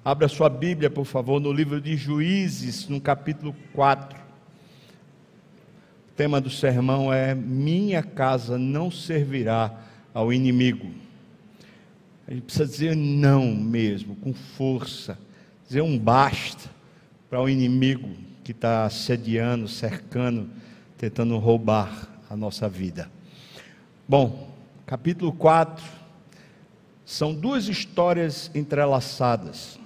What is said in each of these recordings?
Abra sua Bíblia, por favor, no livro de Juízes, no capítulo 4. O tema do sermão é: minha casa não servirá ao inimigo. A gente precisa dizer não mesmo, com força, dizer um basta para o inimigo que está assediando, cercando, tentando roubar a nossa vida. Bom, capítulo 4, são duas histórias entrelaçadas,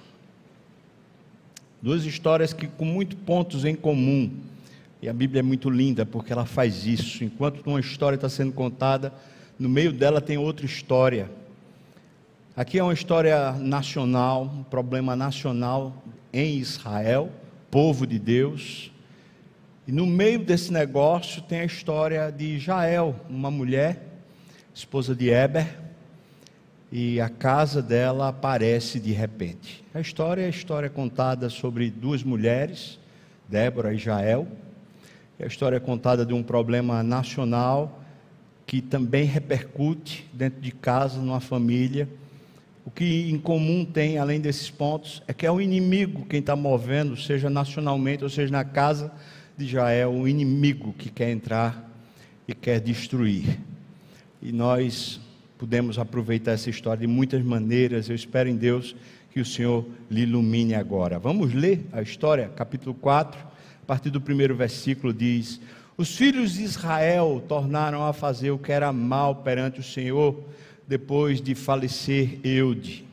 duas histórias que com muitos pontos em comum, e a Bíblia é muito linda porque ela faz isso. Enquanto uma história está sendo contada, no meio dela tem outra história. Aqui é uma história nacional, um problema nacional em Israel, povo de Deus, e no meio desse negócio tem a história de Jael, uma mulher, esposa de Heber, e a casa dela aparece de repente. A história é a história contada sobre duas mulheres, Débora e Jael. A história é contada de um problema nacional que também repercute dentro de casa, numa família. O que em comum tem, além desses pontos, é que é o inimigo quem está movendo, seja nacionalmente ou seja na casa de Jael, o inimigo que quer entrar e quer destruir. E nós podemos aproveitar essa história de muitas maneiras. Eu espero em Deus que o Senhor lhe ilumine agora. Vamos ler a história, capítulo 4, a partir do primeiro versículo diz: os filhos de Israel tornaram a fazer o que era mal perante o Senhor, depois de falecer Eude,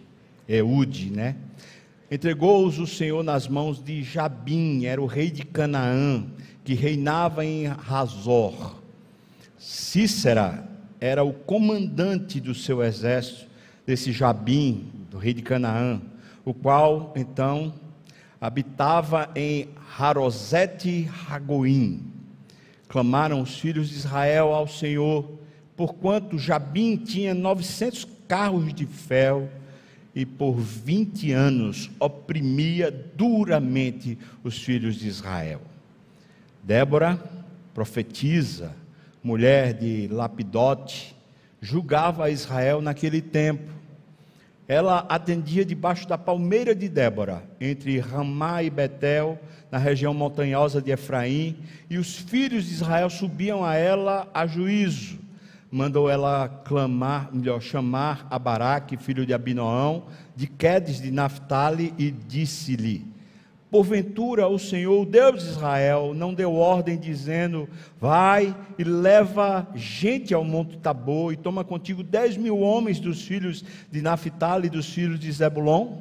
entregou-os o Senhor nas mãos de Jabim, era o rei de Canaã, que reinava em Hazor. Sísera era o comandante do seu exército, desse Jabim, do rei de Canaã, o qual então habitava em Harosete-Ragoim. Clamaram os filhos de Israel ao Senhor, porquanto Jabim tinha 900 carros de ferro, e por 20 anos oprimia duramente os filhos de Israel. Débora, profetisa, mulher de Lapidote, julgava a Israel naquele tempo. Ela atendia debaixo da palmeira de Débora, entre Ramá e Betel, na região montanhosa de Efraim, e os filhos de Israel subiam a ela a juízo. Mandou ela chamar a Baraque, filho de Abinoão, de Quedes de Naphtali, e disse-lhe: porventura o Senhor, o Deus de Israel, não deu ordem dizendo: vai e leva gente ao monte Tabor, e toma contigo 10.000 homens dos filhos de Naphtali e dos filhos de Zebulon?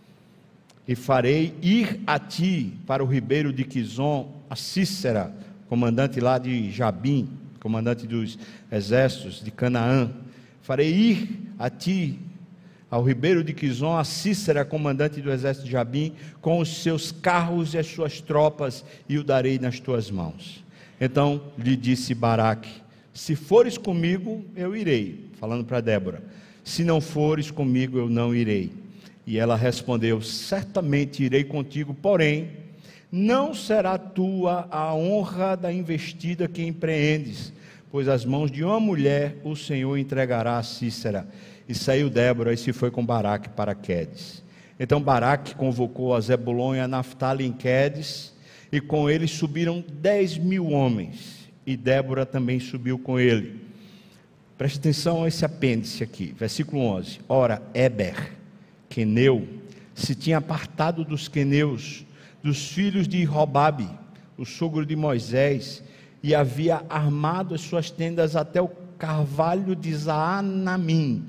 E farei ir a ti para o ribeiro de Quizon a Sísera, comandante lá de Jabim, comandante dos exércitos de Canaã. Farei ir a ti ao ribeiro de Quizon a Sísera, comandante do exército de Jabim, com os seus carros e as suas tropas, e o darei nas tuas mãos. Então lhe disse Baraque: se fores comigo, eu irei, falando para Débora. Se não fores comigo, eu não irei. E ela respondeu: certamente irei contigo, porém não será tua a honra da investida que empreendes, pois as mãos de uma mulher o Senhor entregará a Sísera. E saiu Débora e se foi com Baraque para Quedes. Então Baraque convocou a Zebulon e a Naphtali em Quedes, e com eles subiram 10.000 homens, e Débora também subiu com ele. Preste atenção a esse apêndice aqui, versículo 11. Ora, Heber, queneu, se tinha apartado dos queneus, dos filhos de Robabe, o sogro de Moisés, e havia armado as suas tendas até o carvalho de Zaananim,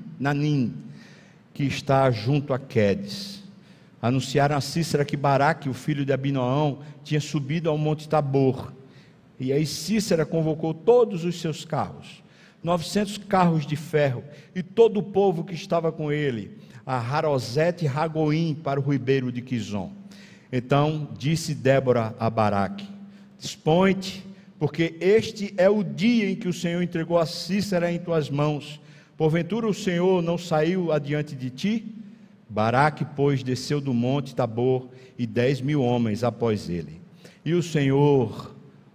que está junto a Quedes. Anunciaram a Sísera que Baraque, o filho de Abinoão, tinha subido ao monte Tabor. E aí Sísera convocou todos os seus carros, 900 carros de ferro, e todo o povo que estava com ele, a Harosete-Ragoim, para o ribeiro de Quizon. Então disse Débora a Baraque: dispõe-te, porque este é o dia em que o Senhor entregou a Sísera em tuas mãos. Porventura o Senhor não saiu adiante de ti? Baraque, pois, desceu do monte Tabor, e 10.000 homens após ele. E o Senhor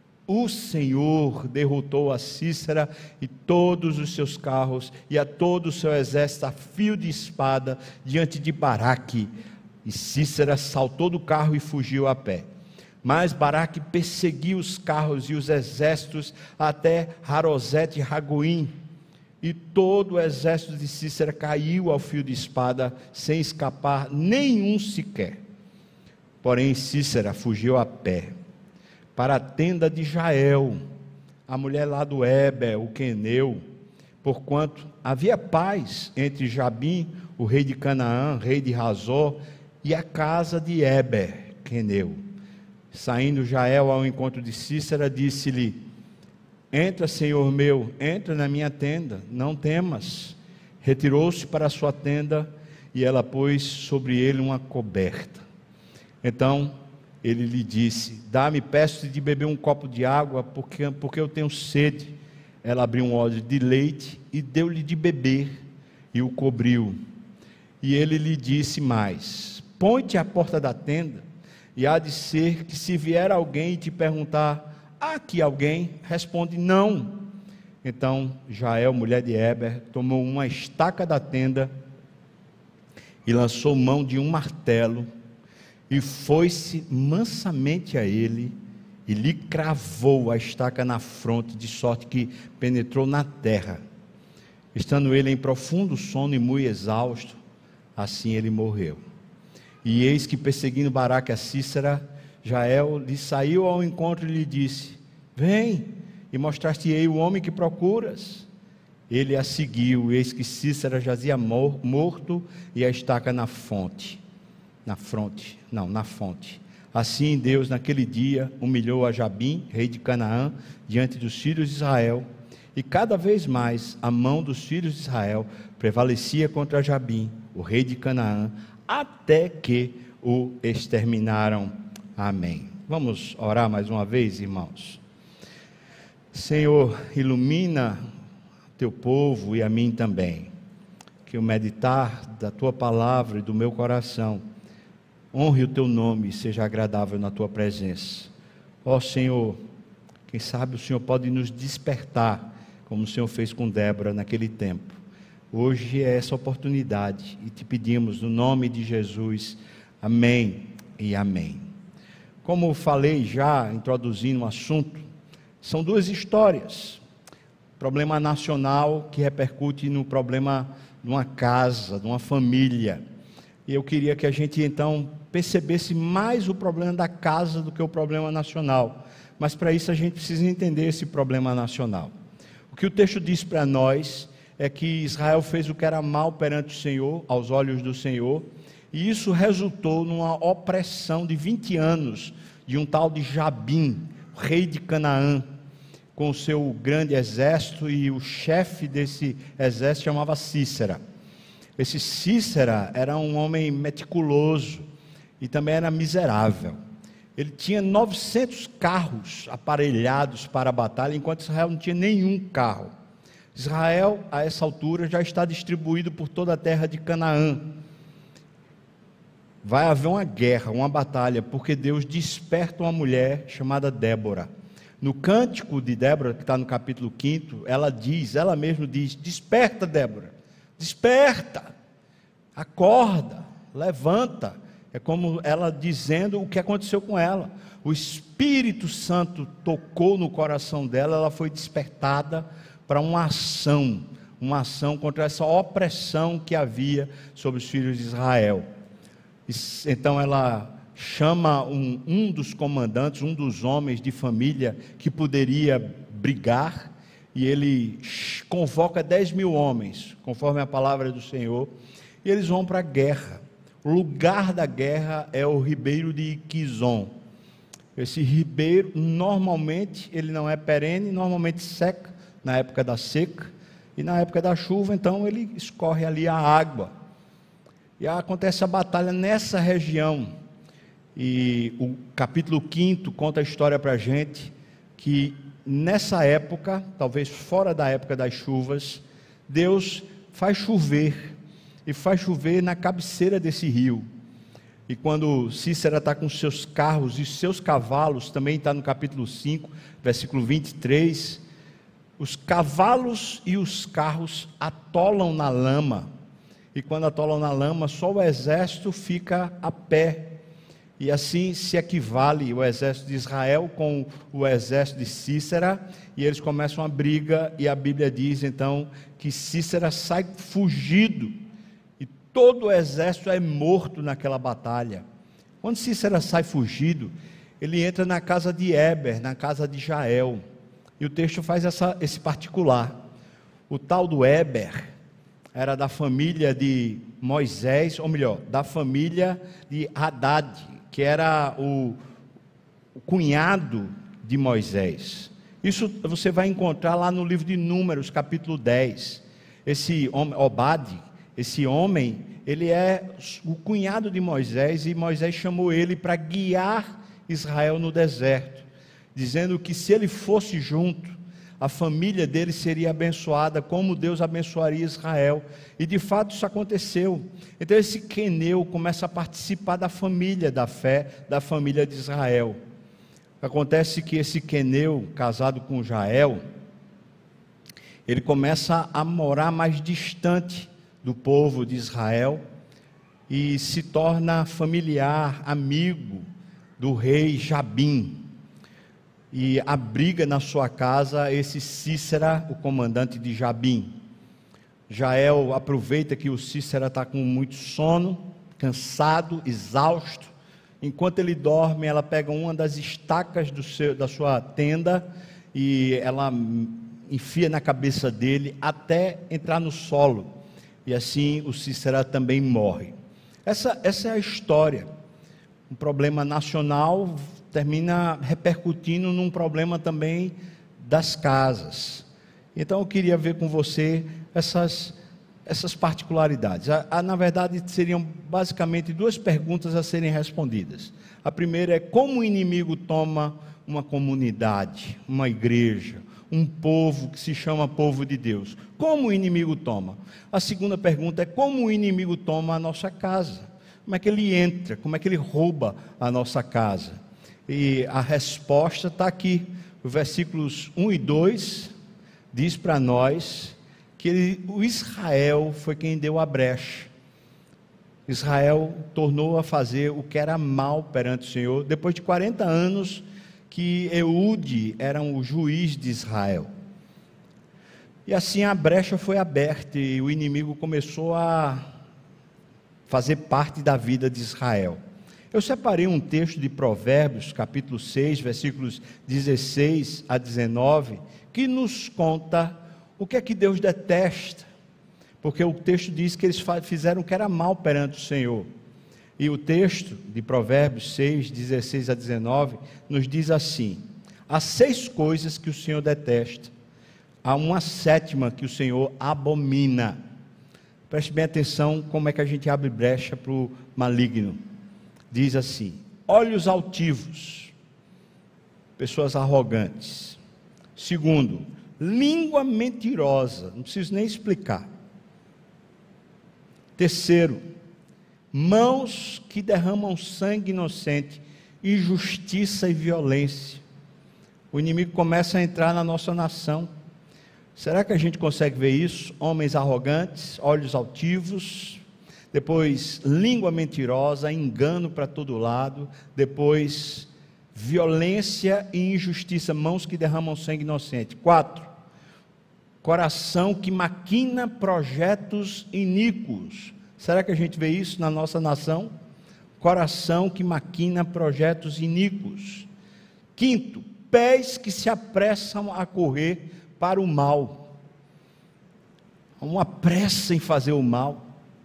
derrotou a Sísera e todos os seus carros, e a todo o seu exército a fio de espada, diante de Baraque, E Cícera saltou do carro e fugiu a pé. Mas Baraque perseguiu os carros e os exércitos até Harosete Ragoim. E todo o exército de Cícera caiu ao fio de espada, sem escapar nenhum sequer. Porém Cícera fugiu a pé para a tenda de Jael, a mulher lá do Éber, o queneu, porquanto havia paz entre Jabim, o rei de Canaã, rei de Hazor, e a casa de Éber, queneu. Saindo Jael ao encontro de Cícera, disse-lhe: entra, senhor meu, entra na minha tenda, não temas. Retirou-se para a sua tenda, e ela pôs sobre ele uma coberta. Então ele lhe disse: dá-me, peço-te de beber um copo de água, porque eu tenho sede. Ela abriu um odre de leite e deu-lhe de beber, e o cobriu. E ele lhe disse mais: põe-te à porta da tenda, e há de ser que se vier alguém e te perguntar: há aqui alguém? Responde: não. Então Jael, mulher de Éber, tomou uma estaca da tenda e lançou mão de um martelo, e foi-se mansamente a ele, e lhe cravou a estaca na fronte, de sorte que penetrou na terra. Estando ele em profundo sono e muito exausto, assim ele morreu. E eis que, perseguindo Baraque a Cícera, Jael lhe saiu ao encontro e lhe disse: vem, e mostrar-te-ei o homem que procuras. Ele a seguiu, e eis que Cícera jazia morto, e a estaca na fonte. Assim Deus naquele dia humilhou a Jabim, rei de Canaã, diante dos filhos de Israel, e cada vez mais a mão dos filhos de Israel prevalecia contra Jabim, o rei de Canaã, até que o exterminaram. Amém. Vamos orar mais uma vez, irmãos. Senhor, ilumina teu povo e a mim também, que o meditar da tua palavra e do meu coração honre o teu nome e seja agradável na tua presença. Ó Senhor, quem sabe o Senhor pode nos despertar, como o Senhor fez com Débora naquele tempo. Hoje é essa oportunidade e te pedimos no nome de Jesus. Amém e amém. Como falei já, introduzindo o assunto, são duas histórias. Problema nacional que repercute no problema de uma casa, de uma família. E eu queria que a gente então percebesse mais o problema da casa do que o problema nacional. Mas para isso a gente precisa entender esse problema nacional. O que o texto diz para nós é que Israel fez o que era mal perante o Senhor, aos olhos do Senhor, e isso resultou numa opressão de 20 anos de um tal de Jabim, rei de Canaã, com o seu grande exército, e o chefe desse exército chamava Cícera. Esse Cícera era um homem meticuloso e também era miserável. Ele tinha 900 carros aparelhados para a batalha, enquanto Israel não tinha nenhum carro. Israel, a essa altura, já está distribuído por toda a terra de Canaã. Vai haver uma guerra, uma batalha, porque Deus desperta uma mulher chamada Débora. No cântico de Débora, que está no capítulo 5, ela mesma diz: desperta, Débora, desperta, acorda, levanta. É como ela dizendo o que aconteceu com ela. O Espírito Santo tocou no coração dela, ela foi despertada para uma ação contra essa opressão que havia sobre os filhos de Israel. Então ela chama um dos comandantes, um dos homens de família que poderia brigar, e ele convoca 10.000 homens, conforme a palavra do Senhor, e eles vão para a guerra. O lugar da guerra é o ribeiro de Quizon. Esse ribeiro, normalmente, ele não é perene, normalmente seca, na época da seca, e na época da chuva, então ele escorre ali a água. E acontece a batalha nessa região. E o capítulo 5 conta a história para a gente, que nessa época, talvez fora da época das chuvas, Deus faz chover, e faz chover na cabeceira desse rio. E quando Cícera está com seus carros e seus cavalos, também está no capítulo 5, versículo 23, os cavalos e os carros atolam na lama, e quando atolam na lama, só o exército fica a pé. E assim se equivale o exército de Israel com o exército de Císera, e eles começam a briga, e a Bíblia diz então que Císera sai fugido, e todo o exército é morto naquela batalha. Quando Císera sai fugido, ele entra na casa de Éber, na casa de Jael, e o texto faz esse particular. O tal do Éber era da família de Moisés, ou melhor, da família de Hadad, que era o cunhado de Moisés. Isso você vai encontrar lá no livro de Números, capítulo 10. Esse homem, Obade, esse homem, ele é o cunhado de Moisés, e Moisés chamou ele para guiar Israel no deserto, dizendo que se ele fosse junto, a família dele seria abençoada, como Deus abençoaria Israel. E de fato isso aconteceu. Então esse queneu começa a participar da família da fé, da família de Israel. Acontece que esse queneu, casado com Jael, ele começa a morar mais distante do povo de Israel, e se torna familiar, amigo do rei Jabim, e abriga na sua casa esse Císera, o comandante de Jabim. Jael aproveita que o Císera está com muito sono, cansado, exausto. Enquanto ele dorme, ela pega uma das estacas da sua tenda, e ela enfia na cabeça dele até entrar no solo, e assim o Císera também morre. Essa é a história. Um problema nacional termina repercutindo num problema também das casas. Então eu queria ver com você essas particularidades. Na verdade seriam basicamente duas perguntas a serem respondidas. A primeira é: como o inimigo toma uma comunidade, uma igreja, um povo que se chama povo de Deus? Como o inimigo toma? A segunda pergunta é: como o inimigo toma a nossa casa? Como é que ele entra? Como é que ele rouba a nossa casa? E a resposta está aqui, os versículos 1 e 2, diz para nós que o Israel foi quem deu a brecha. Israel tornou a fazer o que era mal perante o Senhor, depois de 40 anos que Eude era o juiz de Israel. E assim a brecha foi aberta, e o inimigo começou a fazer parte da vida de Israel. Eu separei um texto de Provérbios, capítulo 6, versículos 16 a 19, que nos conta o que é que Deus detesta, porque o texto diz que eles fizeram o que era mal perante o Senhor. E o texto de Provérbios 6, 16 a 19, nos diz assim: há 6 coisas que o Senhor detesta, há uma 7ª que o Senhor abomina. Preste bem atenção como é que a gente abre brecha para o maligno. Diz assim: olhos altivos, pessoas arrogantes. Segundo, língua mentirosa, não preciso nem explicar. Terceiro, mãos que derramam sangue inocente, injustiça e violência. O inimigo começa a entrar na nossa nação. Será que a gente consegue ver isso? Homens arrogantes, olhos altivos, depois língua mentirosa, engano para todo lado, depois violência e injustiça, mãos que derramam sangue inocente. 4, coração que maquina projetos iníquos. Será que a gente vê isso na nossa nação? Coração que maquina projetos iníquos. 5, pés que se apressam a correr para o mal. Uma pressa em fazer o mal.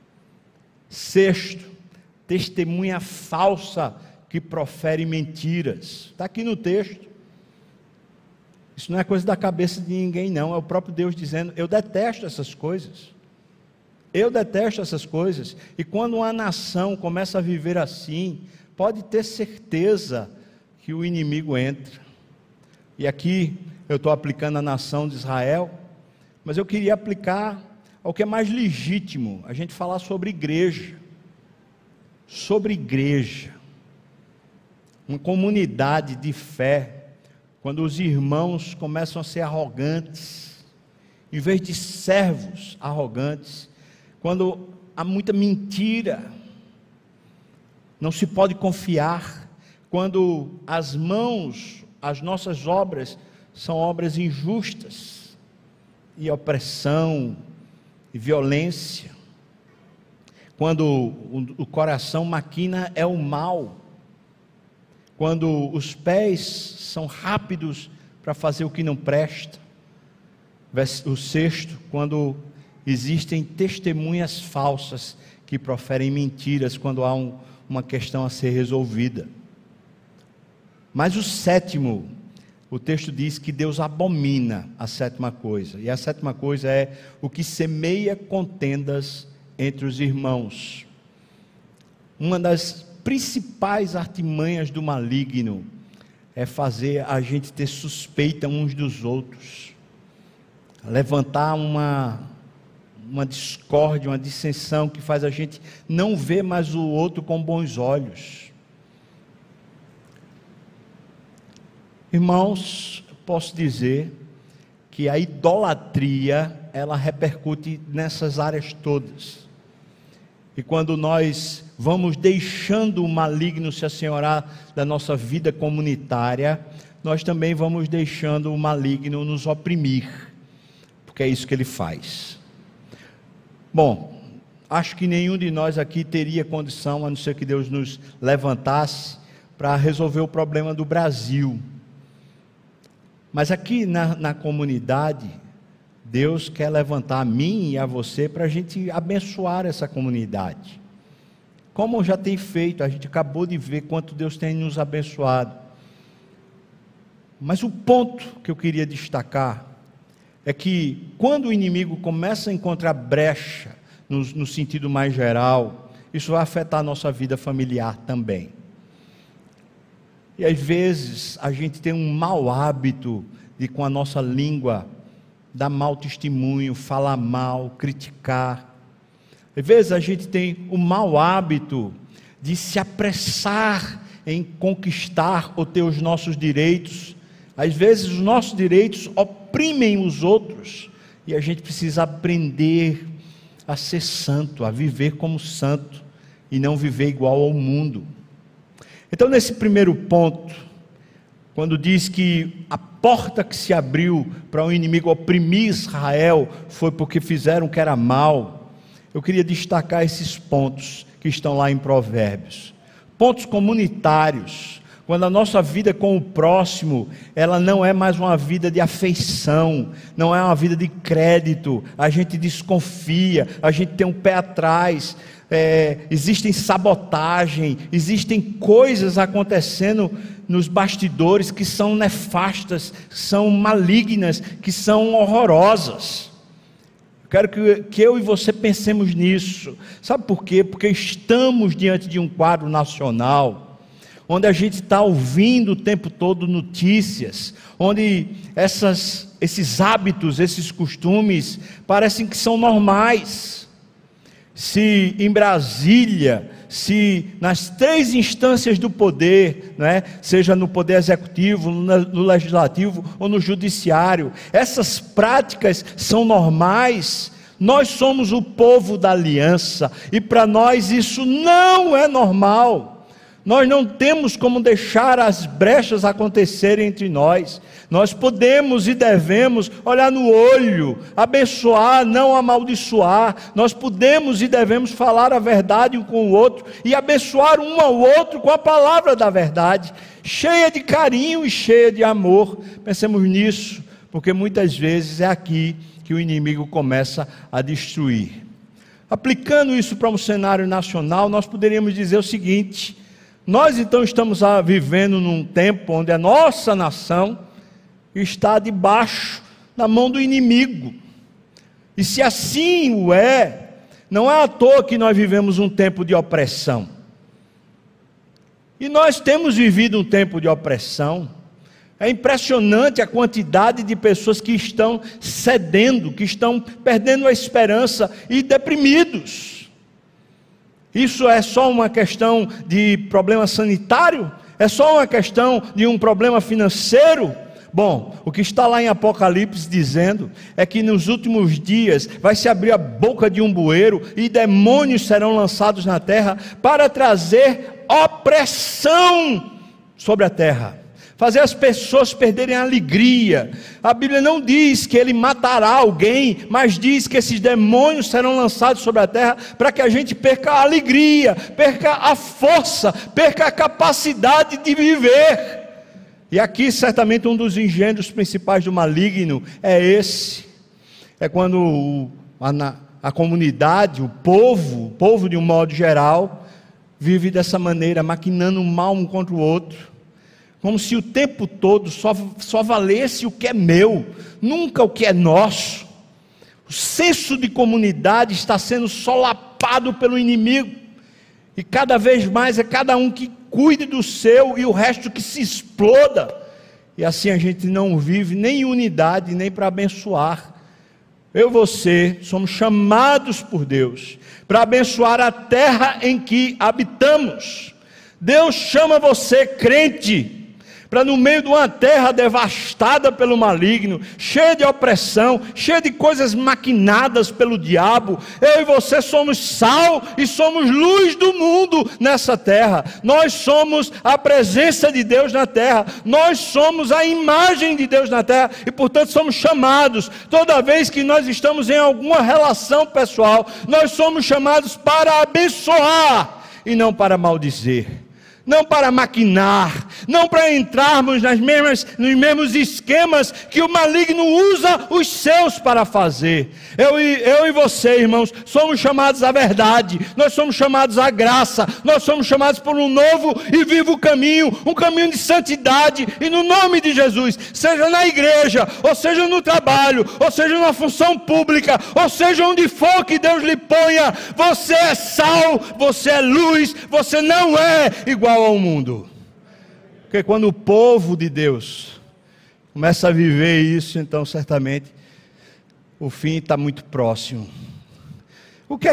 6, testemunha falsa que profere mentiras. Está aqui no texto. Isso não é coisa da cabeça de ninguém, não. É o próprio Deus dizendo: eu detesto essas coisas. Eu detesto essas coisas. E quando uma nação começa a viver assim, pode ter certeza que o inimigo entra. E aqui eu estou aplicando a nação de Israel, mas eu queria aplicar ao que é mais legítimo, a gente falar sobre igreja. Sobre igreja. Uma comunidade de fé, quando os irmãos começam a ser arrogantes, em vez de servos arrogantes, quando há muita mentira. Não se pode confiar quando as nossas obras são obras injustas, e opressão, e violência. Quando o coração maquina é o mal, quando os pés são rápidos para fazer o que não presta. O sexto, quando existem testemunhas falsas que proferem mentiras quando há uma questão a ser resolvida. Mas o sétimo, o texto diz que Deus abomina a sétima coisa, e a sétima coisa é o que semeia contendas entre os irmãos. Uma das principais artimanhas do maligno é fazer a gente ter suspeita uns dos outros, levantar uma discórdia, uma dissensão que faz a gente não ver mais o outro com bons olhos. Irmãos, posso dizer que a idolatria, ela repercute nessas áreas todas. E quando nós vamos deixando o maligno se assenhorar da nossa vida comunitária, nós também vamos deixando o maligno nos oprimir, porque é isso que ele faz. Bom, acho que nenhum de nós aqui teria condição, a não ser que Deus nos levantasse, para resolver o problema do Brasil. Mas aqui na comunidade, Deus quer levantar a mim e a você para a gente abençoar essa comunidade. Como já tem feito, a gente acabou de ver quanto Deus tem nos abençoado. Mas o ponto que eu queria destacar é que quando o inimigo começa a encontrar brecha, no sentido mais geral, isso vai afetar a nossa vida familiar também. E às vezes a gente tem um mau hábito de, com a nossa língua, dar mau testemunho, falar mal, criticar. Às vezes a gente tem o mau hábito de se apressar em conquistar ou ter os nossos direitos. Às vezes os nossos direitos oprimem os outros, e a gente precisa aprender a ser santo, a viver como santo, e não viver igual ao mundo. Então, nesse primeiro ponto, quando diz que a porta que se abriu para o inimigo oprimir Israel foi porque fizeram o que era mal, eu queria destacar esses pontos que estão lá em Provérbios. Pontos comunitários, quando a nossa vida com o próximo, ela não é mais uma vida de afeição, não é uma vida de crédito, a gente desconfia, a gente tem um pé atrás, existem sabotagem, existem coisas acontecendo nos bastidores que são nefastas, são malignas, que são horrorosas. Quero que eu e você pensemos nisso. Sabe por quê? Porque estamos diante de um quadro nacional, onde a gente está ouvindo o tempo todo notícias, onde esses hábitos, esses costumes, parecem que são normais. Se em Brasília, se nas três instâncias do poder, seja no poder executivo, no legislativo ou no judiciário, essas práticas são normais, nós somos o povo da aliança, e para nós isso não é normal. Nós não temos como deixar as brechas acontecerem entre nós. Nós podemos e devemos olhar no olho, abençoar, não amaldiçoar. Nós podemos e devemos falar a verdade um com o outro e abençoar um ao outro com a palavra da verdade, cheia de carinho e cheia de amor. Pensemos nisso, porque muitas vezes é aqui que o inimigo começa a destruir. Aplicando isso para um cenário nacional, nós poderíamos dizer o seguinte: nós então estamos vivendo num tempo onde a nossa nação está debaixo da mão do inimigo, e se assim o é, não é à toa que nós vivemos um tempo de opressão, e nós temos vivido um tempo de opressão. É impressionante a quantidade de pessoas que estão cedendo, que estão perdendo a esperança e deprimidos. Isso é só uma questão de problema sanitário? É só uma questão de um problema financeiro? Bom, o que está lá em Apocalipse dizendo é que nos últimos dias vai se abrir a boca de um bueiro e demônios serão lançados na terra para trazer opressão sobre a terra, fazer as pessoas perderem a alegria. A Bíblia não diz que ele matará alguém, mas diz que esses demônios serão lançados sobre a terra para que a gente perca a alegria, perca a força, perca a capacidade de viver. E aqui certamente um dos engendros principais do maligno é esse. É quando a comunidade, o povo de um modo geral, vive dessa maneira, maquinando mal um contra o outro, como se o tempo todo só valesse o que é meu, nunca o que é nosso. O senso de comunidade está sendo solapado pelo inimigo, e cada vez mais é cada um que cuide do seu e o resto que se exploda, e assim a gente não vive nem unidade, nem para abençoar. Eu e você somos chamados por Deus para abençoar a terra em que habitamos. Deus chama você, crente, para no meio de uma terra devastada pelo maligno, cheia de opressão, cheia de coisas maquinadas pelo diabo, eu e você somos sal e somos luz do mundo nessa terra. Nós somos a presença de Deus na terra, nós somos a imagem de Deus na terra, e portanto somos chamados, toda vez que nós estamos em alguma relação pessoal, nós somos chamados para abençoar e não para maldizer, não para maquinar, não para entrarmos nos mesmos esquemas que o maligno usa os seus para fazer. Eu e você, irmãos, somos chamados à verdade, nós somos chamados à graça, nós somos chamados por um novo e vivo caminho, um caminho de santidade, e no nome de Jesus, seja na igreja, ou seja no trabalho, ou seja na função pública, ou seja onde for que Deus lhe ponha, você é sal, você é luz, você não é igual ao mundo. Porque quando o povo de Deus começa a viver isso, então certamente o fim está muito próximo. O que é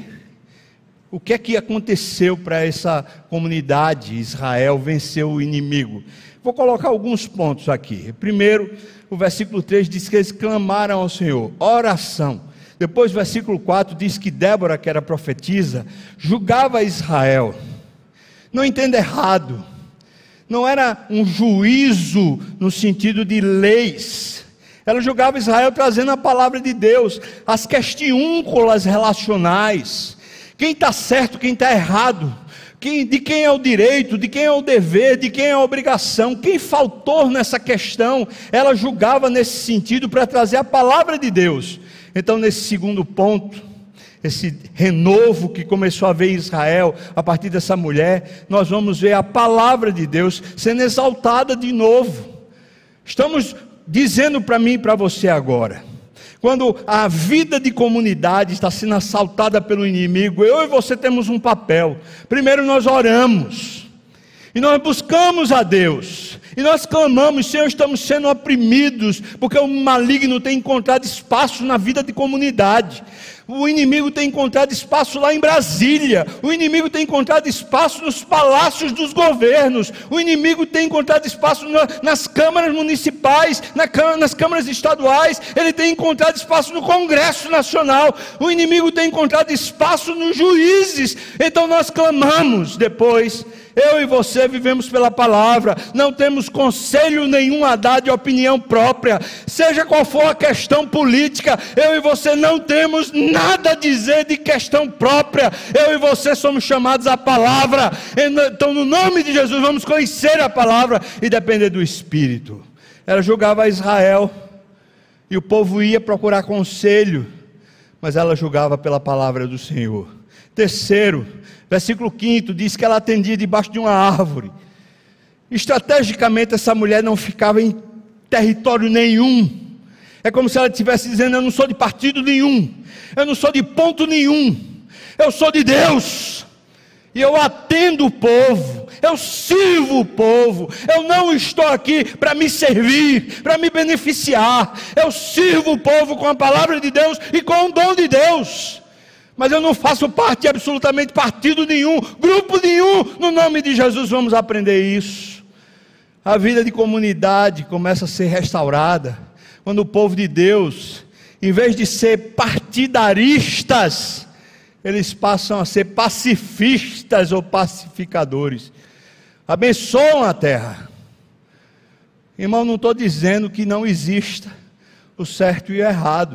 que aconteceu para essa comunidade Israel vencer o inimigo? Vou colocar alguns pontos aqui. Primeiro, o versículo 3 diz que eles clamaram ao Senhor, oração. Depois o versículo 4 diz que Débora, que era profetisa, julgava Israel. Não entenda errado, não era um juízo no sentido de leis. Ela julgava Israel trazendo a palavra de Deus, as questiúnculas relacionais, quem está certo, quem está errado, de quem é o direito, de quem é o dever, de quem é a obrigação, quem faltou nessa questão, ela julgava nesse sentido para trazer a palavra de Deus. Então, nesse segundo ponto, esse renovo que começou a ver em Israel, a partir dessa mulher, nós vamos ver a palavra de Deus sendo exaltada de novo. Estamos dizendo para mim e para você agora, quando a vida de comunidade está sendo assaltada pelo inimigo, eu e você temos um papel. Primeiro nós oramos, e nós buscamos a Deus, e nós clamamos, Senhor, estamos sendo oprimidos, porque o maligno tem encontrado espaço na vida de comunidade. O inimigo tem encontrado espaço lá em Brasília, o inimigo tem encontrado espaço nos palácios dos governos, o inimigo tem encontrado espaço nas câmaras municipais, nas câmaras estaduais, ele tem encontrado espaço no Congresso Nacional, o inimigo tem encontrado espaço nos juízes. Então nós clamamos. Depois, eu e você vivemos pela palavra, não temos conselho nenhum a dar de opinião própria, seja qual for a questão política, eu e você não temos nada a dizer de questão própria, eu e você somos chamados à palavra. Então, no nome de Jesus, vamos conhecer a palavra e depender do Espírito. Ela julgava Israel, e o povo ia procurar conselho, mas ela julgava pela palavra do Senhor. Terceiro, versículo 5 diz que ela atendia debaixo de uma árvore. Estrategicamente essa mulher não ficava em território nenhum. É como se ela estivesse dizendo: eu não sou de partido nenhum, eu não sou de ponto nenhum, eu sou de Deus, e eu atendo o povo, eu sirvo o povo, eu não estou aqui para me servir, para me beneficiar, eu sirvo o povo com a palavra de Deus e com o dom de Deus. Mas eu não faço parte de absolutamente partido nenhum, grupo nenhum. No nome de Jesus vamos aprender isso. A vida de comunidade começa a ser restaurada quando o povo de Deus, em vez de ser partidaristas, eles passam a ser pacifistas ou pacificadores. Abençoam a terra. Irmão, não estou dizendo que não exista o certo e o errado.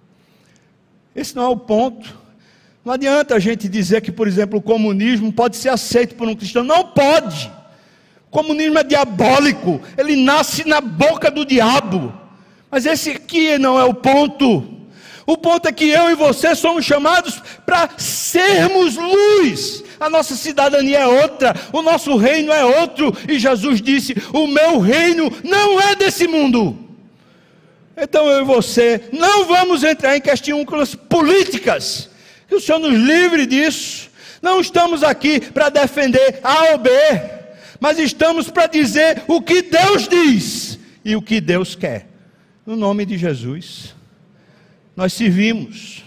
Esse não é o ponto. Não adianta a gente dizer que, por exemplo, o comunismo pode ser aceito por um cristão. Não pode. O comunismo é diabólico. Ele nasce na boca do diabo. Mas esse aqui não é o ponto. O ponto é que eu e você somos chamados para sermos luz. A nossa cidadania é outra, o nosso reino é outro. E Jesus disse: o meu reino não é desse mundo. Então eu e você não vamos entrar em questões políticas. Que o Senhor nos livre disso. Não estamos aqui para defender A ou B, mas estamos para dizer o que Deus diz e o que Deus quer. No nome de Jesus. Nós servimos,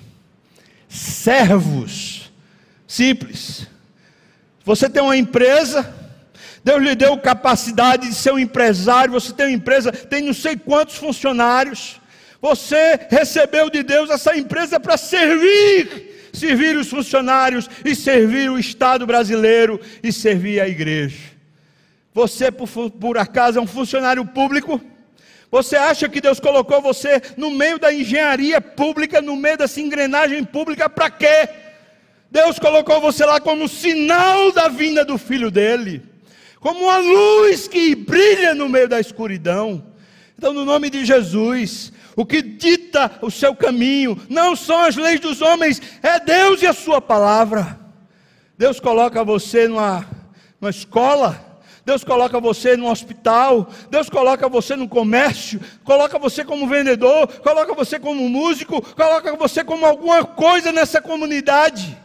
servos, simples. Você tem uma empresa, Deus lhe deu capacidade de ser um empresário, você tem uma empresa, tem não sei quantos funcionários, você recebeu de Deus essa empresa para servir os funcionários, e servir o Estado brasileiro, e servir a igreja. Você por acaso é um funcionário público? Você acha que Deus colocou você no meio da engenharia pública, no meio dessa engrenagem pública, para quê? Deus colocou você lá como sinal da vinda do Filho dele, como uma luz que brilha no meio da escuridão. Então, no nome de Jesus, o que dita o seu caminho não são as leis dos homens, é Deus e a sua palavra. Deus coloca você numa escola, Deus coloca você no hospital, Deus coloca você no comércio, coloca você como vendedor, coloca você como músico, coloca você como alguma coisa nessa comunidade.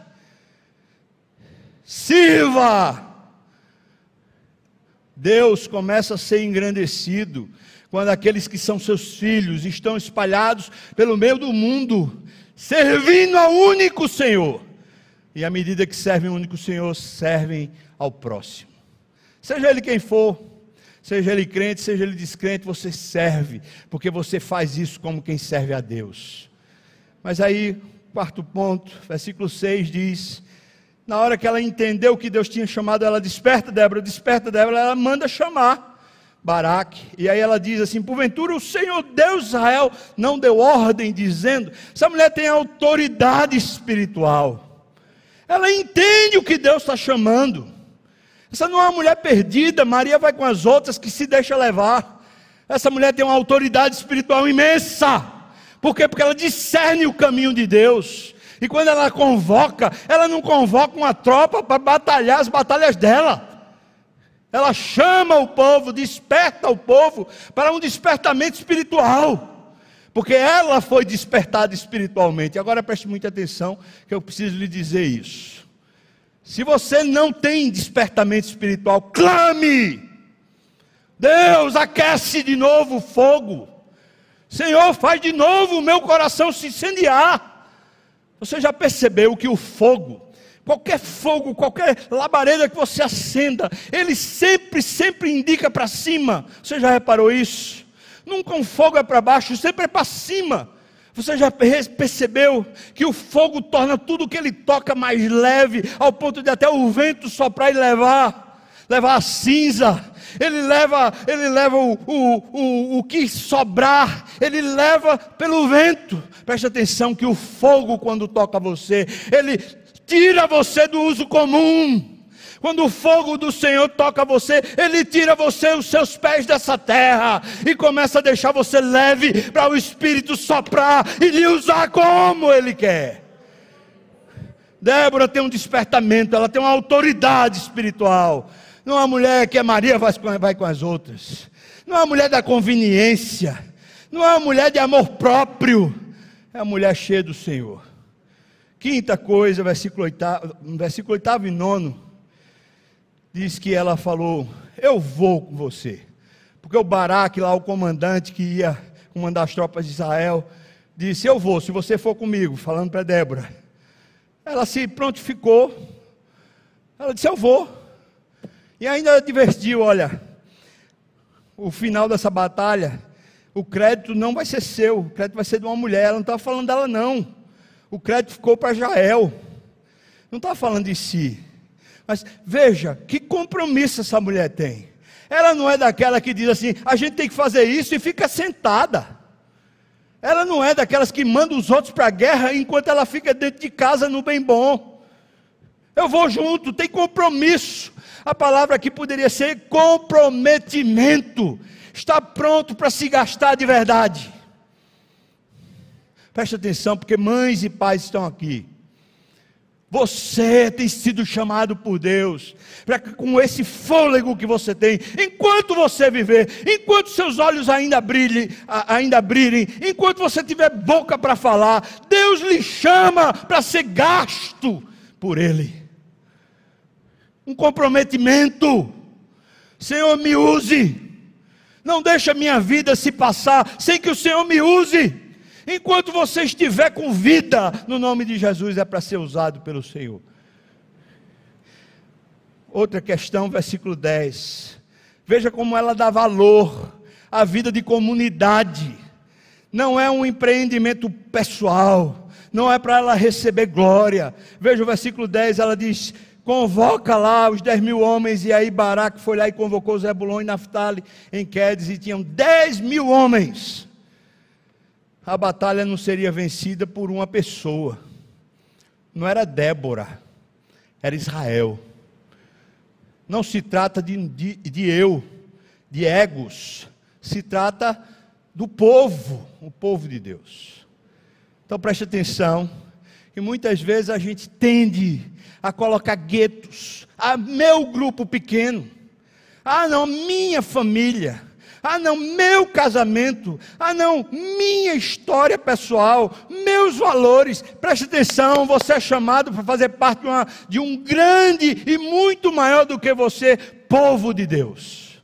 Sirva! Deus começa a ser engrandecido quando aqueles que são seus filhos estão espalhados pelo meio do mundo, servindo ao único Senhor. E à medida que servem ao único Senhor, servem ao próximo. Seja ele quem for, seja ele crente, seja ele descrente, você serve, porque você faz isso como quem serve a Deus. Mas aí, quarto ponto, versículo 6 diz: na hora que ela entendeu que Deus tinha chamado ela, desperta Débora, ela manda chamar Baraque, e aí ela diz assim: porventura o Senhor Deus de Israel não deu ordem, dizendo... Essa mulher tem autoridade espiritual, ela entende o que Deus está chamando. Essa não é uma mulher perdida. Maria vai com as outras que se deixa levar. Essa mulher tem uma autoridade espiritual imensa. Por quê? Porque ela discerne o caminho de Deus. E quando ela convoca, ela não convoca uma tropa para batalhar as batalhas dela. Ela chama o povo, desperta o povo para um despertamento espiritual. Porque ela foi despertada espiritualmente. Agora preste muita atenção, que eu preciso lhe dizer isso. Se você não tem despertamento espiritual, clame. Deus, aquece de novo o fogo. Senhor, faz de novo o meu coração se incendiar. Você já percebeu que o fogo, qualquer labareda que você acenda, ele sempre indica para cima. Você já reparou isso? Nunca um fogo é para baixo, sempre é para cima. Você já percebeu que o fogo torna tudo que ele toca mais leve, ao ponto de até o vento soprar e levar a cinza. Ele leva o que sobrar, ele leva pelo vento. Preste atenção que o fogo, quando toca você, ele tira você do uso comum. Quando o fogo do Senhor toca você, ele tira você, os seus pés dessa terra, e começa a deixar você leve, para o Espírito soprar e lhe usar como ele quer. Débora tem um despertamento, ela tem uma autoridade espiritual. Não é uma mulher que a Maria vai com as outras, não é uma mulher da conveniência, não é uma mulher de amor próprio, é uma mulher cheia do Senhor. Quinta coisa, versículo 8 e 9, diz que ela falou: eu vou com você. Porque o Baraque lá, o comandante que ia comandar as tropas de Israel, disse: eu vou, se você for comigo, falando para Débora. Ela se prontificou, ela disse: eu vou. E ainda advertiu: olha, o final dessa batalha, o crédito não vai ser seu, o crédito vai ser de uma mulher. Ela não estava falando dela, não. O crédito ficou para Jael. Não estava falando de si. Mas veja, que compromisso essa mulher tem. Ela não é daquela que diz assim, a gente tem que fazer isso e fica sentada. Ela não é daquelas que manda os outros para a guerra enquanto ela fica dentro de casa no bem bom. Eu vou junto, tem compromisso. A palavra aqui poderia ser comprometimento. Está pronto para se gastar de verdade. Preste atenção, porque mães e pais estão aqui. Você tem sido chamado por Deus, para que com esse fôlego que você tem, enquanto você viver, enquanto seus olhos ainda brilhem, enquanto você tiver boca para falar, Deus lhe chama para ser gasto por Ele. Um comprometimento. Senhor, me use. Não deixe a minha vida se passar sem que o Senhor me use. Enquanto você estiver com vida, no nome de Jesus, é para ser usado pelo Senhor. Outra questão, versículo 10. Veja como ela dá valor à vida de comunidade. Não é um empreendimento pessoal, não é para ela receber glória. Veja o versículo 10, ela diz: convoca lá os 10.000 homens. E aí Baraque foi lá e convocou Zebulon e Naftali em Quedes, e tinham 10.000 homens. A batalha não seria vencida por uma pessoa. Não era Débora, era Israel. Não se trata de egos. Se trata do povo, o povo de Deus. Então preste atenção, que muitas vezes a gente tende a colocar guetos. Meu grupo pequeno. Não, minha família. Não, meu casamento. Não, minha história pessoal, meus valores. Preste atenção, você é chamado para fazer parte de um grande e muito maior do que você, povo de Deus.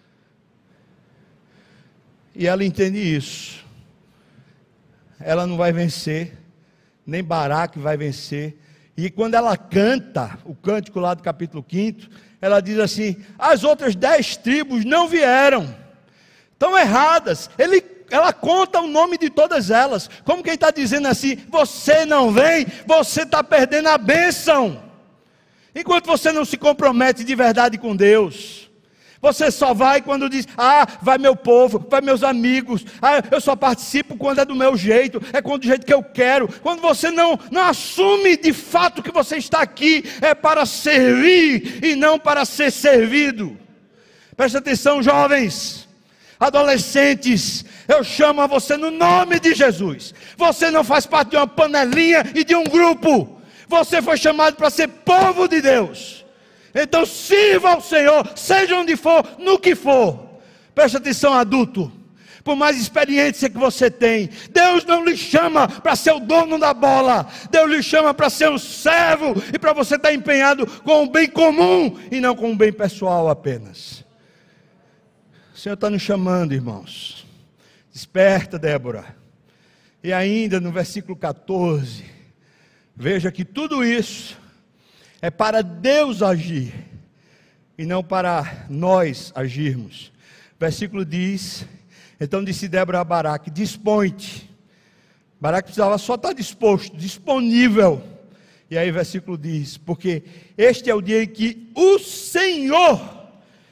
E ela entende isso. Ela não vai vencer, nem Baraque vai vencer. E quando ela canta o cântico lá do capítulo 5, ela diz assim: as outras 10 tribos não vieram. Estão erradas. Ela conta o nome de todas elas, como quem está dizendo assim: você não vem, você está perdendo a bênção. Enquanto você não se compromete de verdade com Deus, você só vai quando diz: vai meu povo, vai meus amigos, eu só participo quando é do meu jeito, é do jeito que eu quero. Quando você não assume de fato que você está aqui, é para servir e não para ser servido. Preste atenção, jovens, adolescentes, eu chamo a você no nome de Jesus. Você não faz parte de uma panelinha e de um grupo. Você foi chamado para ser povo de Deus. Então sirva ao Senhor, seja onde for, no que for. Preste atenção, adulto. Por mais experiência que você tem, Deus não lhe chama para ser o dono da bola. Deus lhe chama para ser um servo e para você estar empenhado com o bem comum e não com o bem pessoal apenas. O Senhor está nos chamando, irmãos. Desperta, Débora. E ainda no versículo 14, veja que tudo isso é para Deus agir e não para nós agirmos. O versículo diz: então disse Débora a Baraque: dispõe-te. Baraque precisava só estar disposto, disponível. E aí o versículo diz: porque este é o dia em que o Senhor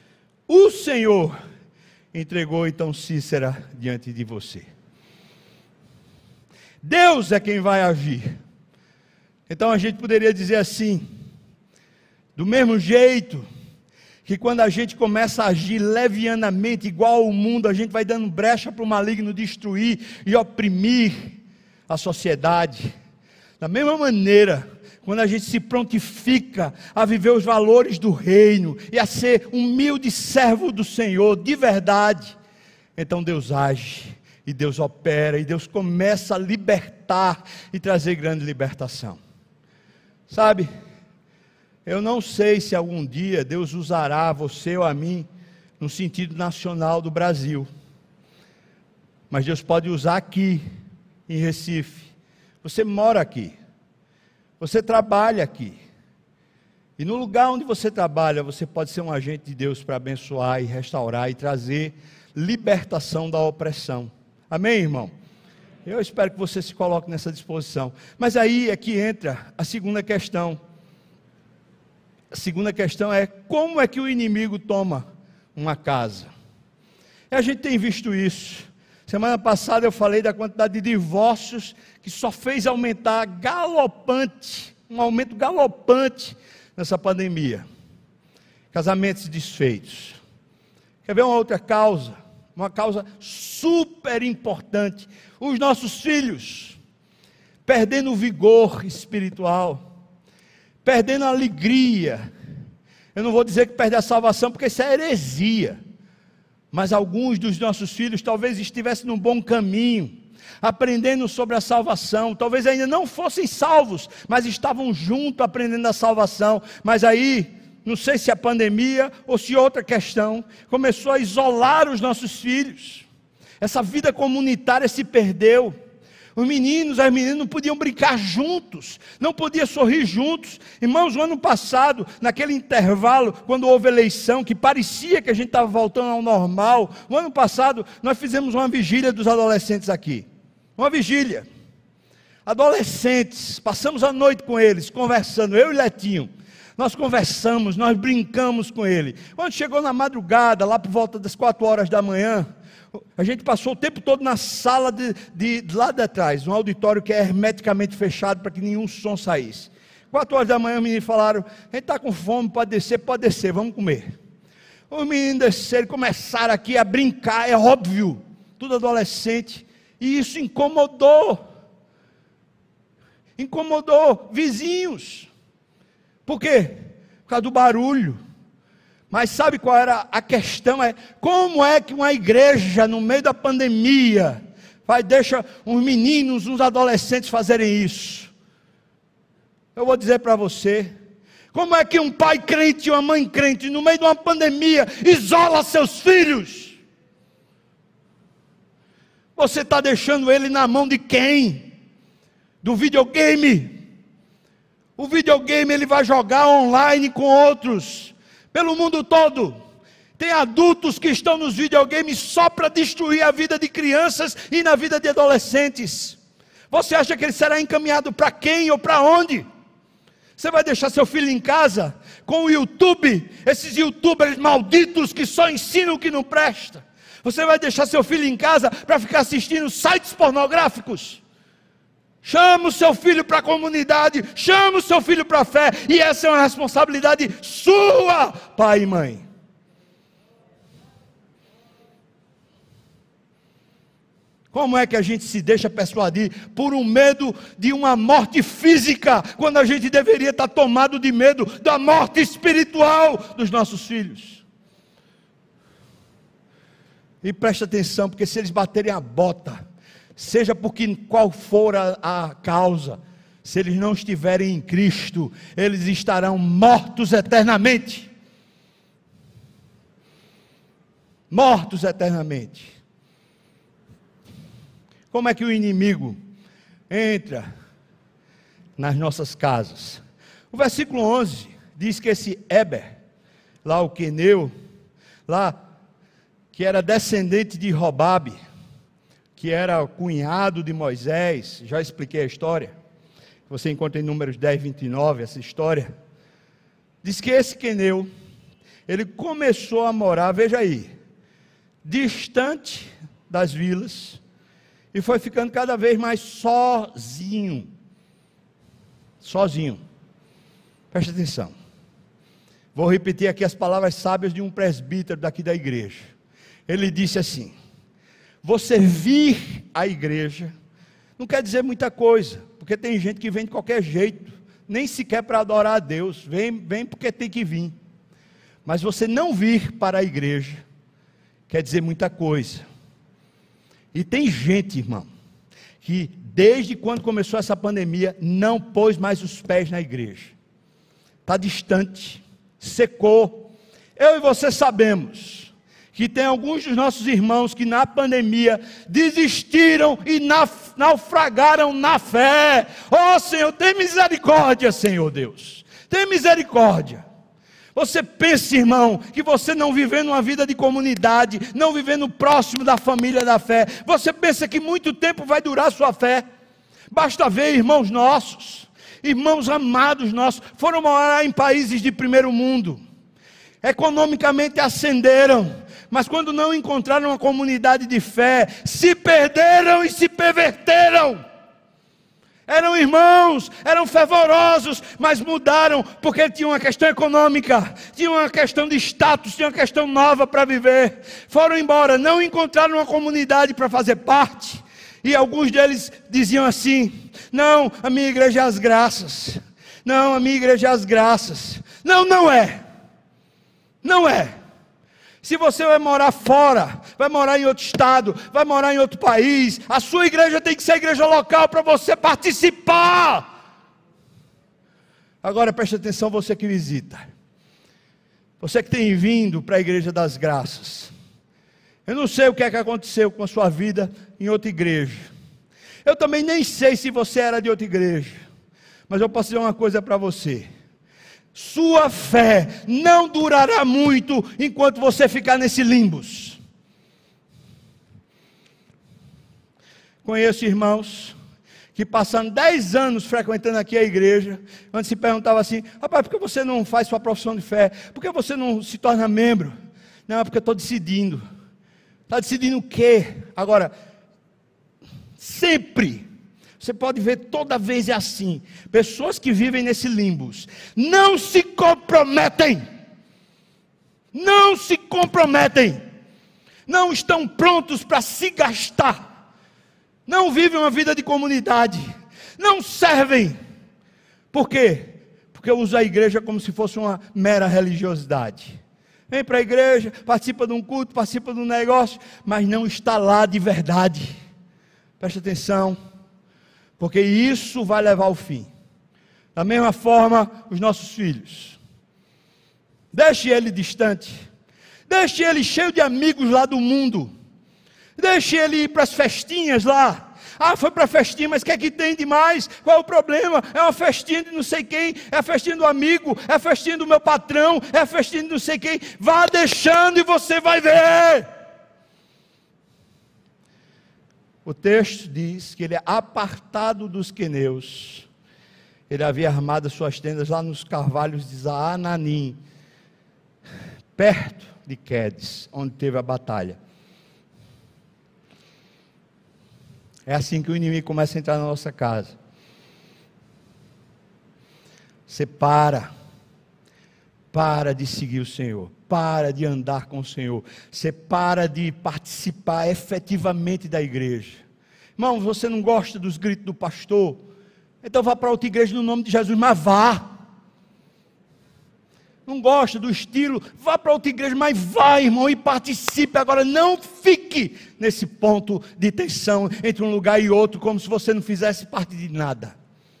entregou então Cícera diante de você. Deus é quem vai agir. Então a gente poderia dizer assim: do mesmo jeito que quando a gente começa a agir levianamente, igual ao mundo, a gente vai dando brecha para o maligno destruir e oprimir a sociedade. Da mesma maneira, quando a gente se prontifica a viver os valores do reino e a ser humilde servo do Senhor de verdade, então Deus age e Deus opera e Deus começa a libertar e trazer grande libertação. Sabe, eu não sei se algum dia Deus usará você ou a mim no sentido nacional do Brasil, mas Deus pode usar aqui em Recife. Você mora aqui, você trabalha aqui, E no lugar onde você trabalha, você pode ser um agente de Deus para abençoar e restaurar e trazer libertação da opressão. Amém, irmão? Eu espero que você se coloque nessa disposição. Mas aí é que entra a segunda questão. A segunda questão é: como é que o inimigo toma uma casa? E a gente tem visto isso. Semana passada eu falei da quantidade de divórcios que só fez aumentar galopante, um aumento galopante nessa pandemia. Casamentos desfeitos. Quer ver uma outra causa? Uma causa super importante. Os nossos filhos perdendo o vigor espiritual, perdendo a alegria. Eu não vou dizer que perde a salvação, porque isso é heresia. Mas alguns dos nossos filhos talvez estivessem num bom caminho, aprendendo sobre a salvação, talvez ainda não fossem salvos, mas estavam junto aprendendo a salvação. Mas aí, não sei se a pandemia ou se outra questão, começou a isolar os nossos filhos. Essa vida comunitária se perdeu. Os meninos, as meninas não podiam brincar juntos, não podiam sorrir juntos. Irmãos, o ano passado, naquele intervalo, quando houve eleição, que parecia que a gente estava voltando ao normal, o ano passado nós fizemos uma vigília dos adolescentes aqui. Uma vigília. Adolescentes, passamos a noite com eles, conversando, eu e Letinho. Nós conversamos, nós brincamos com ele. Quando chegou na madrugada, lá por volta das 4 horas da manhã, a gente passou o tempo todo na sala de lá de trás, um auditório que é hermeticamente fechado para que nenhum som saísse. 4 horas da manhã os meninos falaram: a gente está com fome, pode descer, vamos comer. Os meninos desceram, começaram aqui a brincar, é óbvio, tudo adolescente, e isso incomodou vizinhos. Por quê? Por causa do barulho. Mas sabe qual era a questão? Como é que uma igreja, no meio da pandemia, deixa uns meninos, uns adolescentes fazerem isso? Eu vou dizer para você: como é que um pai crente e uma mãe crente, no meio de uma pandemia, isola seus filhos? Você está deixando ele na mão de quem? Do videogame. O videogame ele vai jogar online com outros, pelo mundo todo. Tem adultos que estão nos videogames só para destruir a vida de crianças e na vida de adolescentes. Você acha que ele será encaminhado para quem ou para onde? Você vai deixar seu filho em casa com o YouTube, esses youtubers malditos que só ensinam o que não presta? Você vai deixar seu filho em casa para ficar assistindo sites pornográficos? Chama o seu filho para a comunidade, chama o seu filho para a fé, e essa é uma responsabilidade sua, pai e mãe. Como é que a gente se deixa persuadir por um medo de uma morte física, quando a gente deveria estar tomado de medo da morte espiritual dos nossos filhos? E preste atenção, porque se eles baterem a bota, seja por qual for a causa, se eles não estiverem em Cristo, eles estarão mortos eternamente. Mortos eternamente. Como é que o inimigo entra nas nossas casas? O versículo 11 diz que esse Éber, lá o queneu, lá que era descendente de Robabe, que era cunhado de Moisés, já expliquei a história, você encontra em Números 10, 29, essa história. Diz que esse queneu, ele começou a morar, veja aí, distante das vilas, e foi ficando cada vez mais sozinho. Preste atenção, vou repetir aqui as palavras sábias de um presbítero daqui da igreja. Ele disse assim: você vir à igreja não quer dizer muita coisa, porque tem gente que vem de qualquer jeito, nem sequer para adorar a Deus, vem porque tem que vir. Mas você não vir para a igreja quer dizer muita coisa. E tem gente, irmão, que desde quando começou essa pandemia não pôs mais os pés na igreja, está distante, secou. Eu e você sabemos que tem alguns dos nossos irmãos que na pandemia desistiram e naufragaram na fé. Oh Senhor, tem misericórdia, Senhor Deus, Tenha misericórdia. Você pensa, irmão, que você não vivendo uma vida de comunidade, não vivendo próximo da família da fé, você pensa que muito tempo vai durar a sua fé? Basta ver irmãos nossos, irmãos amados nossos, foram morar em países de primeiro mundo, economicamente ascenderam, mas quando não encontraram uma comunidade de fé, se perderam e se perverteram. Eram irmãos, eram fervorosos, mas mudaram porque tinha uma questão econômica, tinha uma questão de status, tinha uma questão nova para viver. Foram embora, não encontraram uma comunidade para fazer parte. E alguns deles diziam assim: não, a minha igreja é as graças. Não, a minha igreja é as graças. Não, não é. Não é. Se você vai morar fora, vai morar em outro estado, vai morar em outro país, a sua igreja tem que ser a igreja local para você participar. Agora preste atenção, você que visita, você que tem vindo para a igreja das graças. Eu não sei o que é que aconteceu com a sua vida em outra igreja. Eu também nem sei se você era de outra igreja, mas eu posso dizer uma coisa para você: sua fé não durará muito enquanto você ficar nesse limbus. Conheço irmãos que passaram 10 anos frequentando aqui a igreja, antes se perguntava assim: rapaz, por que você não faz sua profissão de fé? Por que você não se torna membro? Não, é porque eu estou decidindo. Está decidindo o quê? Agora, sempre, você pode ver, toda vez é assim, pessoas que vivem nesse limbus, não se comprometem, não se comprometem, não estão prontos para se gastar, não vivem uma vida de comunidade, não servem. Por quê? Porque usam a igreja como se fosse uma mera religiosidade. Vem para a igreja, participa de um culto, participa de um negócio, mas não está lá de verdade. Preste atenção, porque isso vai levar ao fim. Da mesma forma, os nossos filhos. Deixe ele distante. Deixe ele cheio de amigos lá do mundo. Deixe ele ir para as festinhas lá. Ah, foi para a festinha, mas o que é que tem de mais? Qual é o problema? É uma festinha de não sei quem, é a festinha do amigo, é a festinha do meu patrão, é a festinha de não sei quem. Vá deixando e você vai ver. O texto diz que ele é apartado dos queneus. Ele havia armado suas tendas lá nos carvalhos de Zaananim, perto de Quedes, onde teve a batalha. É assim que o inimigo começa a entrar na nossa casa. Você para de seguir o Senhor, para de andar com o Senhor, você para de participar efetivamente da igreja. Irmão, você não gosta dos gritos do pastor? Então vá para outra igreja no nome de Jesus, mas vá. Não gosta do estilo? Vá para outra igreja, mas vá, irmão, e participe. Agora não fique nesse ponto de tensão entre um lugar e outro, como se você não fizesse parte de nada.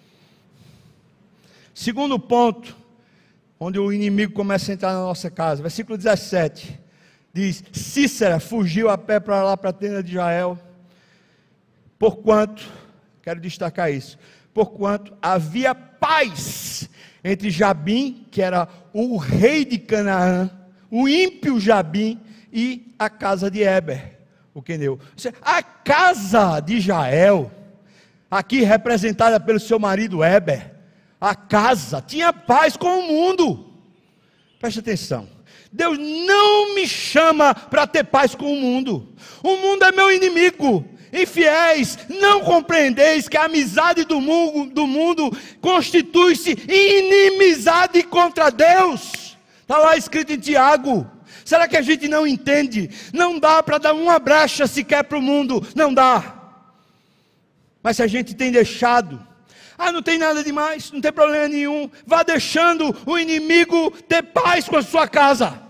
Segundo ponto, onde o inimigo começa a entrar na nossa casa, versículo 17, diz: Cícera fugiu a pé para lá, para a tenda de Jael, porquanto, quero destacar isso, porquanto havia paz entre Jabim, que era o rei de Canaã, o ímpio Jabim, e a casa de Éber, o queneu. A casa de Jael, aqui representada pelo seu marido Éber, a casa tinha paz com o mundo. Preste atenção, Deus não me chama para ter paz com o mundo é meu inimigo. Infiéis, não compreendeis que a amizade do mundo constitui-se inimizade contra Deus? Está lá escrito em Tiago. Será que a gente não entende? Não dá para dar uma brecha sequer para o mundo, não dá. Mas se a gente tem deixado, não tem nada demais, não tem problema nenhum, vá deixando o inimigo ter paz com a sua casa.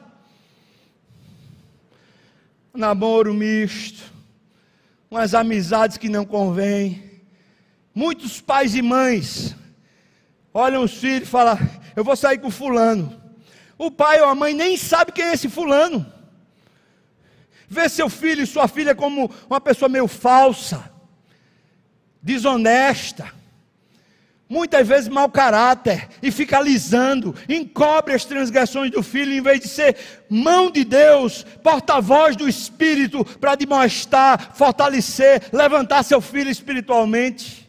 Namoro misto, umas amizades que não convêm. Muitos pais e mães olham os filhos e falam: eu vou sair com fulano. O pai ou a mãe nem sabe quem é esse fulano. Vê seu filho e sua filha como uma pessoa meio falsa, desonesta, muitas vezes mau caráter, e fica alisando, encobre as transgressões do filho, em vez de ser mão de Deus, porta-voz do Espírito, para demonstrar, fortalecer, levantar seu filho espiritualmente.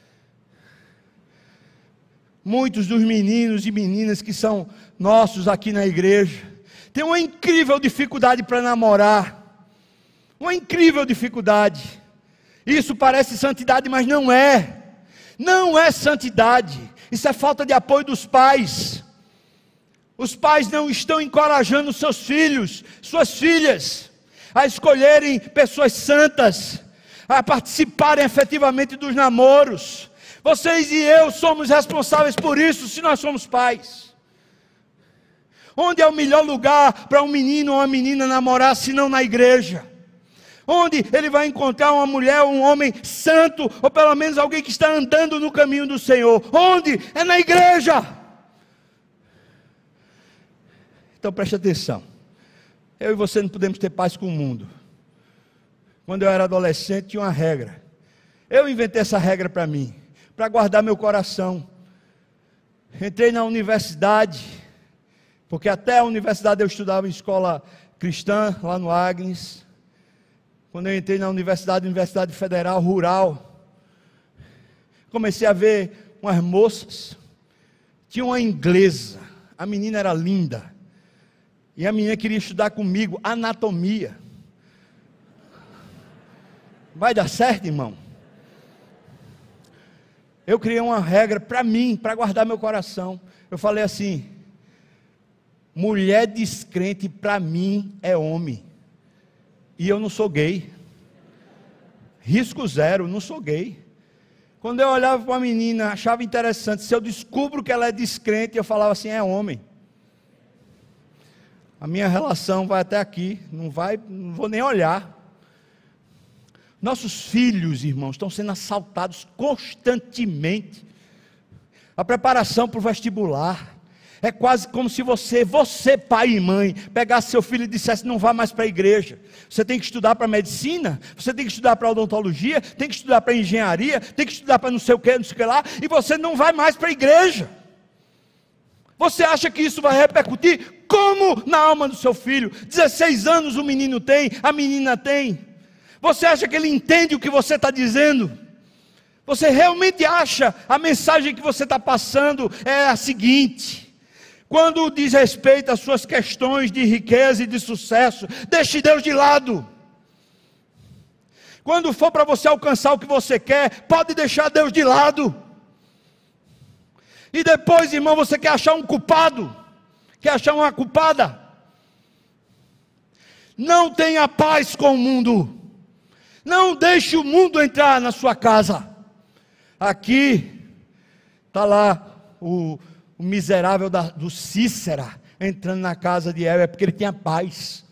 Muitos dos meninos e meninas que são nossos aqui na igreja, têm uma incrível dificuldade para namorar, uma incrível dificuldade. Isso parece santidade, mas não é. Não é santidade, isso é falta de apoio dos pais. Os pais não estão encorajando seus filhos, suas filhas, a escolherem pessoas santas, a participarem efetivamente dos namoros. Vocês e eu somos responsáveis por isso, se nós somos pais. Onde é o melhor lugar para um menino ou uma menina namorar, se não na igreja? Onde ele vai encontrar uma mulher, um homem santo, ou pelo menos alguém que está andando no caminho do Senhor? Onde? É na igreja. Então preste atenção, eu e você não podemos ter paz com o mundo. Quando eu era adolescente tinha uma regra, eu inventei essa regra para mim, para guardar meu coração. Entrei na universidade, porque até a universidade eu estudava em escola cristã, lá no Agnes. Quando eu entrei na Universidade Federal Rural, comecei a ver umas moças. Tinha uma inglesa, a menina era linda, e a menina queria estudar comigo anatomia. Vai dar certo, irmão? Eu criei uma regra para mim, para guardar meu coração. Eu falei assim: mulher descrente para mim é homem. E eu não sou gay. Risco zero, não sou gay. Quando eu olhava para uma menina, achava interessante. Se eu descubro que ela é descrente, eu falava assim: é homem. A minha relação vai até aqui, não vou nem olhar. Nossos filhos, irmãos, estão sendo assaltados constantemente. A preparação para o vestibular é quase como se você, pai e mãe, pegasse seu filho e dissesse: não vá mais para a igreja. Você tem que estudar para medicina, você tem que estudar para odontologia, tem que estudar para engenharia, tem que estudar para não sei o que lá, e você não vai mais para a igreja. Você acha que isso vai repercutir como na alma do seu filho? 16 anos o menino tem, a menina tem. Você acha que ele entende o que você está dizendo? Você realmente acha a mensagem que você está passando é a seguinte: quando diz respeito às suas questões de riqueza e de sucesso, deixe Deus de lado. Quando for para você alcançar o que você quer, pode deixar Deus de lado. E depois, irmão, você quer achar um culpado, quer achar uma culpada. Não tenha paz com o mundo. Não deixe o mundo entrar na sua casa. Aqui está lá o miserável do Cícera entrando na casa de Eva, é porque ele tinha paz.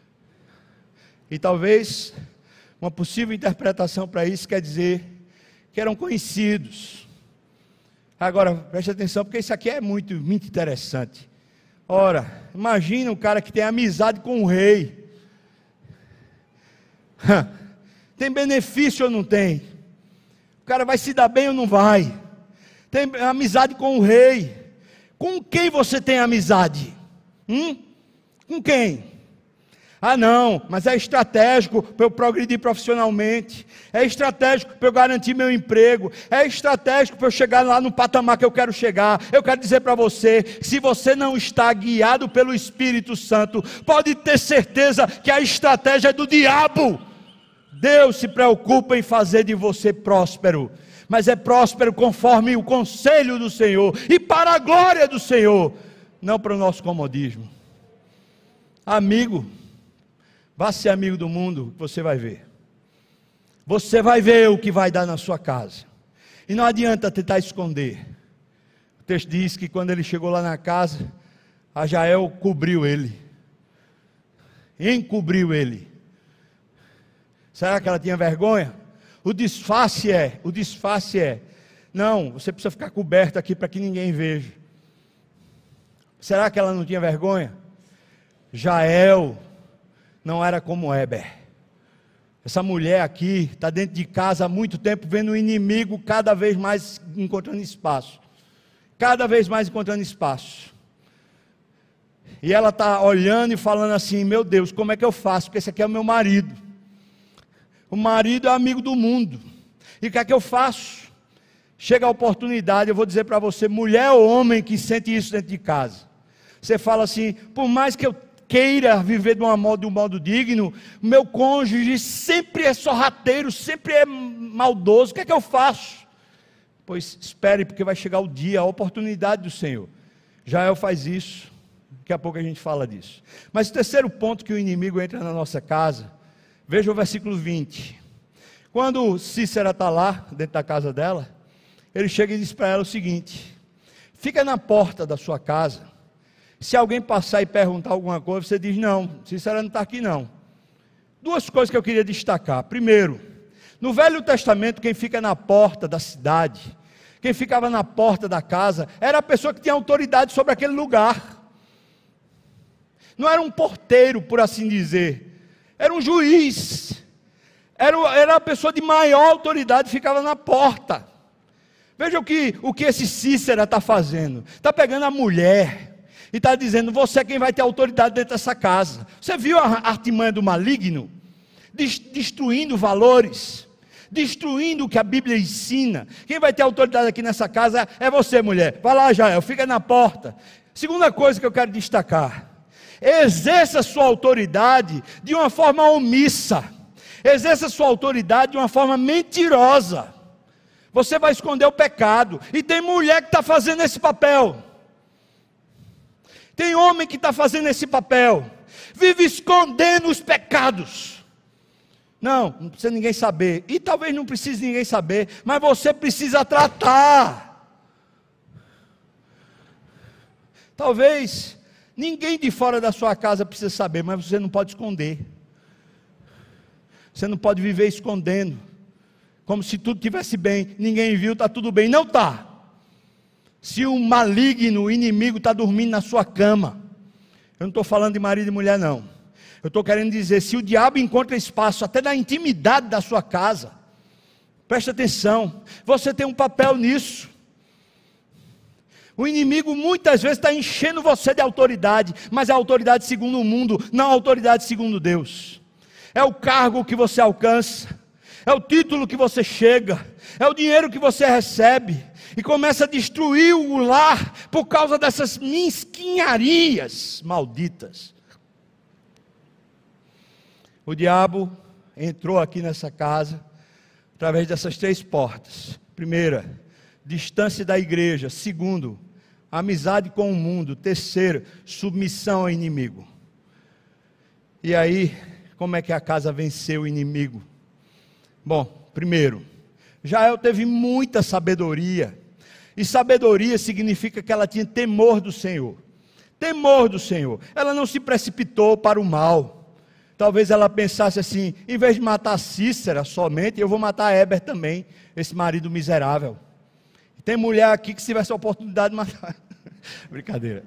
E talvez uma possível interpretação para isso quer dizer que eram conhecidos. Agora preste atenção, porque isso aqui é muito, muito interessante. Ora, imagina um cara que tem amizade com o rei. Tem benefício ou não tem? O cara vai se dar bem ou não vai? Tem amizade com o rei. Com quem você tem amizade? Com quem? Ah não, mas é estratégico para eu progredir profissionalmente, é estratégico para eu garantir meu emprego, é estratégico para eu chegar lá no patamar que eu quero chegar. Eu quero dizer para você, se você não está guiado pelo Espírito Santo, pode ter certeza que a estratégia é do diabo. Deus se preocupa em fazer de você próspero, mas é próspero conforme o conselho do Senhor, e para a glória do Senhor, não para o nosso comodismo. Amigo, vá ser amigo do mundo, você vai ver. Você vai ver o que vai dar na sua casa. E não adianta tentar esconder. O texto diz que quando ele chegou lá na casa, a Jael cobriu ele. Encobriu ele. Será que ela tinha vergonha? O disfarce é, não, você precisa ficar coberto aqui para que ninguém veja. Será que ela não tinha vergonha? Jael não era como Heber. Essa mulher aqui está dentro de casa há muito tempo, vendo o inimigo cada vez mais encontrando espaço. Cada vez mais encontrando espaço. E ela está olhando e falando assim: meu Deus, como é que eu faço? Porque esse aqui é o meu marido. O marido é amigo do mundo. E o que é que eu faço? Chega a oportunidade, eu vou dizer para você, mulher ou homem que sente isso dentro de casa. Você fala assim: por mais que eu queira viver de um modo digno, meu cônjuge sempre é sorrateiro, sempre é maldoso, o que é que eu faço? Pois espere, porque vai chegar o dia, a oportunidade do Senhor. Jael faz isso, daqui a pouco a gente fala disso. Mas o terceiro ponto que o inimigo entra na nossa casa, veja o versículo 20. Quando Cícera está lá, dentro da casa dela, ele chega e diz para ela o seguinte: fica na porta da sua casa. Se alguém passar e perguntar alguma coisa, você diz: não, Cícera não está aqui não. Duas coisas que eu queria destacar. Primeiro, no Velho Testamento, quem fica na porta da cidade, quem ficava na porta da casa, era a pessoa que tinha autoridade sobre aquele lugar. Não era um porteiro, por assim dizer, era um juiz, era a pessoa de maior autoridade que ficava na porta. Veja o que esse Cícera está fazendo. Está pegando a mulher e está dizendo: você é quem vai ter autoridade dentro dessa casa. Você viu a artimanha do maligno? Destruindo valores, destruindo o que a Bíblia ensina. Quem vai ter autoridade aqui nessa casa é você, mulher. Vai lá, Jael, fica na porta. Segunda coisa que eu quero destacar: exerça sua autoridade de uma forma omissa. Exerça sua autoridade de uma forma mentirosa. Você vai esconder o pecado. E tem mulher que está fazendo esse papel. Tem homem que está fazendo esse papel, vive escondendo os pecados. Não precisa ninguém saber, e talvez não precise ninguém saber, mas você precisa tratar. Talvez ninguém de fora da sua casa precisa saber, mas você não pode esconder. Você não pode viver escondendo, como se tudo estivesse bem, ninguém viu, está tudo bem. Não está. Se o maligno, o inimigo está dormindo na sua cama, eu não estou falando de marido e mulher não, eu estou querendo dizer, se o diabo encontra espaço até na intimidade da sua casa, preste atenção, você tem um papel nisso. O inimigo muitas vezes está enchendo você de autoridade, mas é a autoridade segundo o mundo, não a autoridade segundo Deus. É o cargo que você alcança, é o título que você chega, é o dinheiro que você recebe, e começa a destruir o lar por causa dessas mesquinharias malditas. O diabo entrou aqui nessa casa através dessas três portas. Primeira, distância da igreja. Segundo, amizade com o mundo. Terceiro, submissão ao inimigo. E aí, como é que a casa venceu o inimigo? Bom, primeiro, Jael teve muita sabedoria, e sabedoria significa que ela tinha temor do Senhor. Temor do Senhor. Ela não se precipitou para o mal. Talvez ela pensasse assim: em vez de matar Cícera somente, eu vou matar Éber também, esse marido miserável. Tem mulher aqui que, se tivesse a oportunidade de matar. Brincadeira.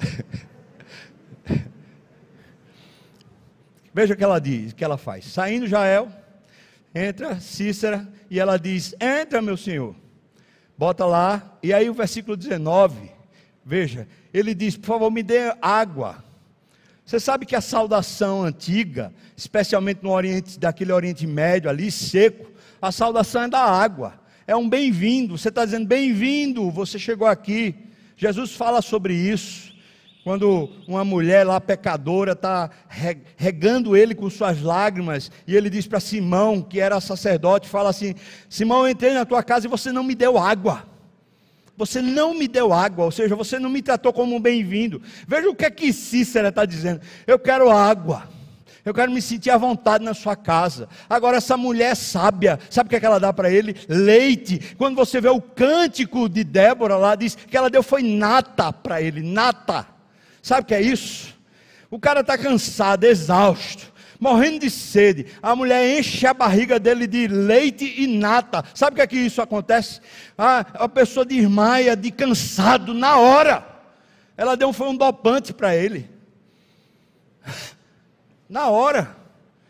Veja o que ela diz, o que ela faz. Saindo Jael, entra Cícera e ela diz: entra, meu senhor. Bota lá, e aí o versículo 19, veja, ele diz: por favor, me dê água. Você sabe que a saudação antiga, especialmente no Oriente, daquele Oriente Médio ali, seco, a saudação é da água, é um bem-vindo. Você está dizendo: bem-vindo, você chegou aqui. Jesus fala sobre isso, quando uma mulher lá pecadora está regando ele com suas lágrimas, e ele diz para Simão, que era sacerdote, fala assim: Simão, eu entrei na tua casa e você não me deu água. Você não me deu água, ou seja, você não me tratou como um bem-vindo. Veja o que é que Cícera está dizendo: eu quero água, eu quero me sentir à vontade na sua casa. Agora essa mulher sábia, sabe o que é que ela dá para ele? Leite. Quando você vê o cântico de Débora lá, diz que ela deu foi nata para ele, nata. Sabe o que é isso? O cara está cansado, exausto, morrendo de sede. A mulher enche a barriga dele de leite e nata. Sabe o que é que isso acontece? A pessoa desmaia de cansado na hora. Ela foi um dopante para ele. Na hora.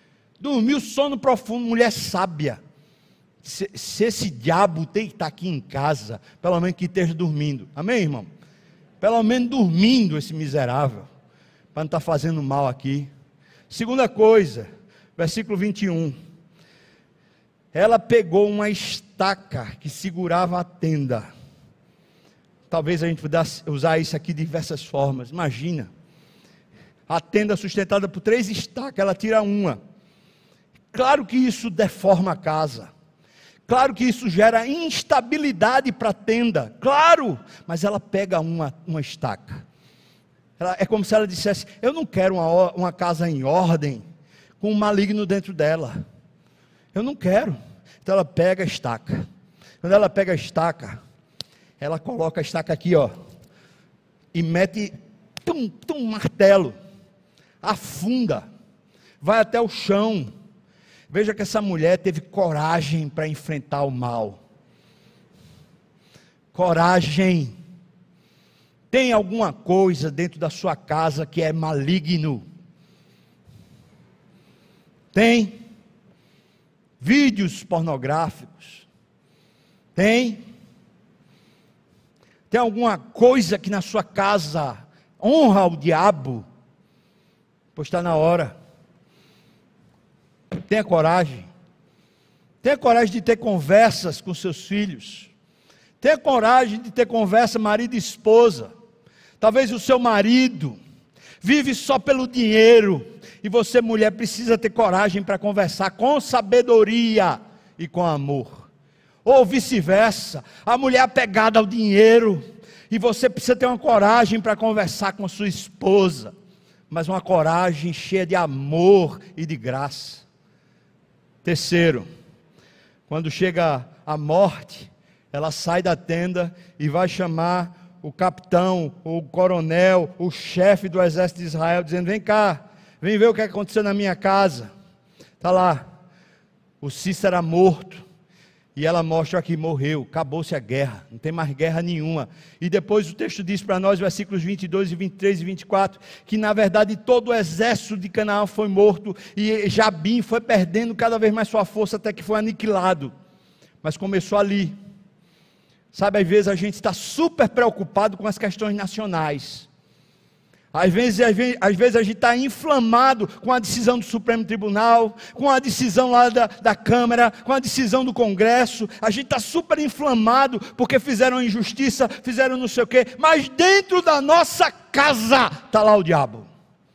Dormiu sono profundo, mulher sábia. Se esse diabo tem que estar aqui em casa, pelo menos que esteja dormindo. Amém, irmão? Pelo menos dormindo esse miserável, para não estar fazendo mal aqui. Segunda coisa, versículo 21. Ela pegou uma estaca que segurava a tenda. Talvez a gente pudesse usar isso aqui de diversas formas. Imagina, a tenda sustentada por 3 estacas, ela tira uma. Claro que isso deforma a casa. Claro que isso gera instabilidade para a tenda, claro, mas ela pega uma estaca. É como se ela dissesse: eu não quero uma casa em ordem, com um maligno dentro dela. Eu não quero. Então ela pega a estaca. Quando ela pega a estaca, ela coloca a estaca aqui, ó, e mete um martelo, afunda, vai até o chão. Veja que essa mulher teve coragem para enfrentar o mal. Coragem. Tem alguma coisa dentro da sua casa que é maligno? Tem? Vídeos pornográficos? Tem? Tem alguma coisa que na sua casa honra o diabo? Pois está na hora. Tenha coragem. Tenha coragem de ter conversas com seus filhos. Tenha coragem de ter conversa marido e esposa. Talvez o seu marido vive só pelo dinheiro, e você, mulher, precisa ter coragem para conversar com sabedoria e com amor. Ou vice-versa, a mulher apegada ao dinheiro, e você precisa ter uma coragem para conversar com a sua esposa, mas uma coragem cheia de amor e de graça. Terceiro, quando chega a morte, ela sai da tenda e vai chamar o capitão, o coronel, o chefe do exército de Israel, dizendo: vem cá, vem ver o que aconteceu na minha casa. Está lá, o Cícera morto, e ela mostra aqui: morreu, acabou-se a guerra, não tem mais guerra nenhuma. E depois o texto diz para nós, versículos 22 e 23 e 24, que na verdade todo o exército de Canaã foi morto, e Jabim foi perdendo cada vez mais sua força, até que foi aniquilado. Mas começou ali. Sabe, às vezes a gente está super preocupado com as questões nacionais. Às vezes a gente está inflamado com a decisão do Supremo Tribunal, com a decisão lá da Câmara, com a decisão do Congresso. A gente está super inflamado porque fizeram injustiça, fizeram não sei o quê. Mas dentro da nossa casa está lá o diabo.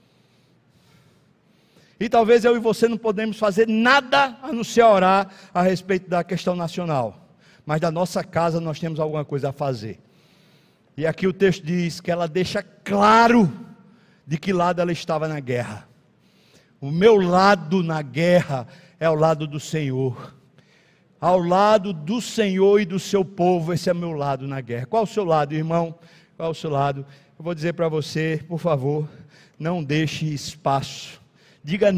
E talvez eu e você não podemos fazer nada a não ser orar a respeito da questão nacional. Mas da nossa casa nós temos alguma coisa a fazer. E aqui o texto diz que ela deixa claro de que lado ela estava na guerra. O meu lado na guerra é ao lado do Senhor. Ao lado do Senhor e do seu povo, esse é o meu lado na guerra. Qual o seu lado, irmão? Qual o seu lado? Eu vou dizer para você, por favor, não deixe espaço. Diga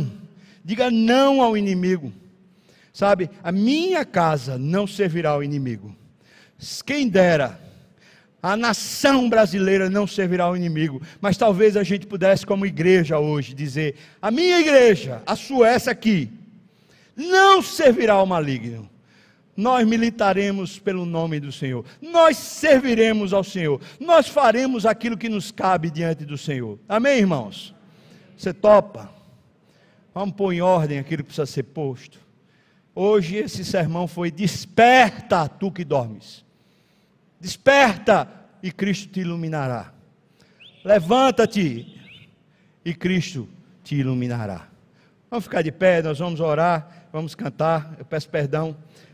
não ao inimigo. Sabe, a minha casa não servirá ao inimigo. Quem dera a nação brasileira não servirá ao inimigo, mas talvez a gente pudesse, como igreja hoje, dizer: a minha igreja, a sua, essa aqui, não servirá ao maligno. Nós militaremos pelo nome do Senhor, nós serviremos ao Senhor, nós faremos aquilo que nos cabe diante do Senhor. Amém, irmãos? Você topa? Vamos pôr em ordem aquilo que precisa ser posto. Hoje esse sermão foi: desperta, tu que dormes. Desperta e Cristo te iluminará. Levanta-te e Cristo te iluminará. Vamos ficar de pé, nós vamos orar, vamos cantar. Eu peço perdão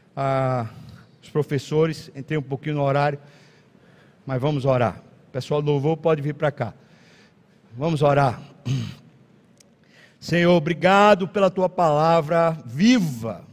aos professores, entrei um pouquinho no horário, mas vamos orar. O pessoal do louvor pode vir para cá. Vamos orar. Senhor, obrigado pela tua palavra viva,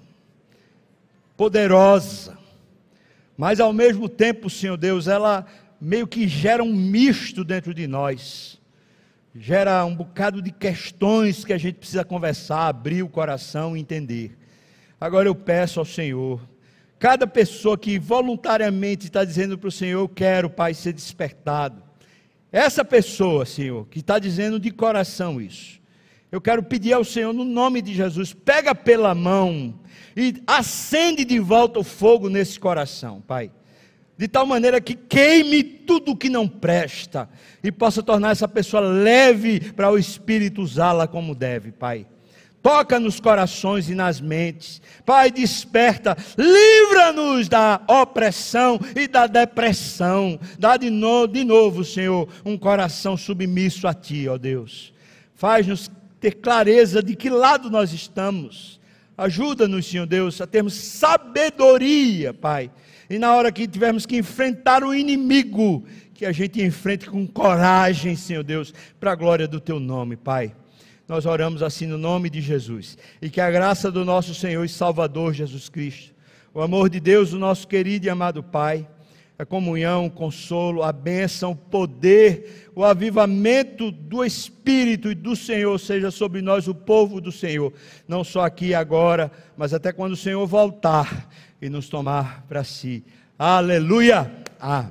poderosa, mas ao mesmo tempo, Senhor Deus, ela meio que gera um misto dentro de nós, gera um bocado de questões que a gente precisa conversar, abrir o coração e entender. Agora eu peço ao Senhor, cada pessoa que voluntariamente está dizendo para o Senhor: eu quero, Pai, ser despertado, essa pessoa, Senhor, que está dizendo de coração isso, Eu quero pedir ao Senhor, no nome de Jesus, pega pela mão e acende de volta o fogo nesse coração, Pai. De tal maneira que queime tudo o que não presta e possa tornar essa pessoa leve para o Espírito usá-la como deve, Pai. Toca nos corações e nas mentes, Pai, desperta, livra-nos da opressão e da depressão, dá de novo, Senhor, um coração submisso a Ti, ó Deus. Faz-nos ter clareza de que lado nós estamos, ajuda-nos, Senhor Deus, a termos sabedoria, Pai, e na hora que tivermos que enfrentar o inimigo, que a gente enfrente com coragem, Senhor Deus, para a glória do Teu nome, Pai. Nós oramos assim no nome de Jesus, e que a graça do nosso Senhor e Salvador Jesus Cristo, o amor de Deus, o nosso querido e amado Pai, a comunhão, o consolo, a bênção, o poder, o avivamento do Espírito e do Senhor seja sobre nós, o povo do Senhor, não só aqui e agora, mas até quando o Senhor voltar e nos tomar para si. Aleluia! Amém.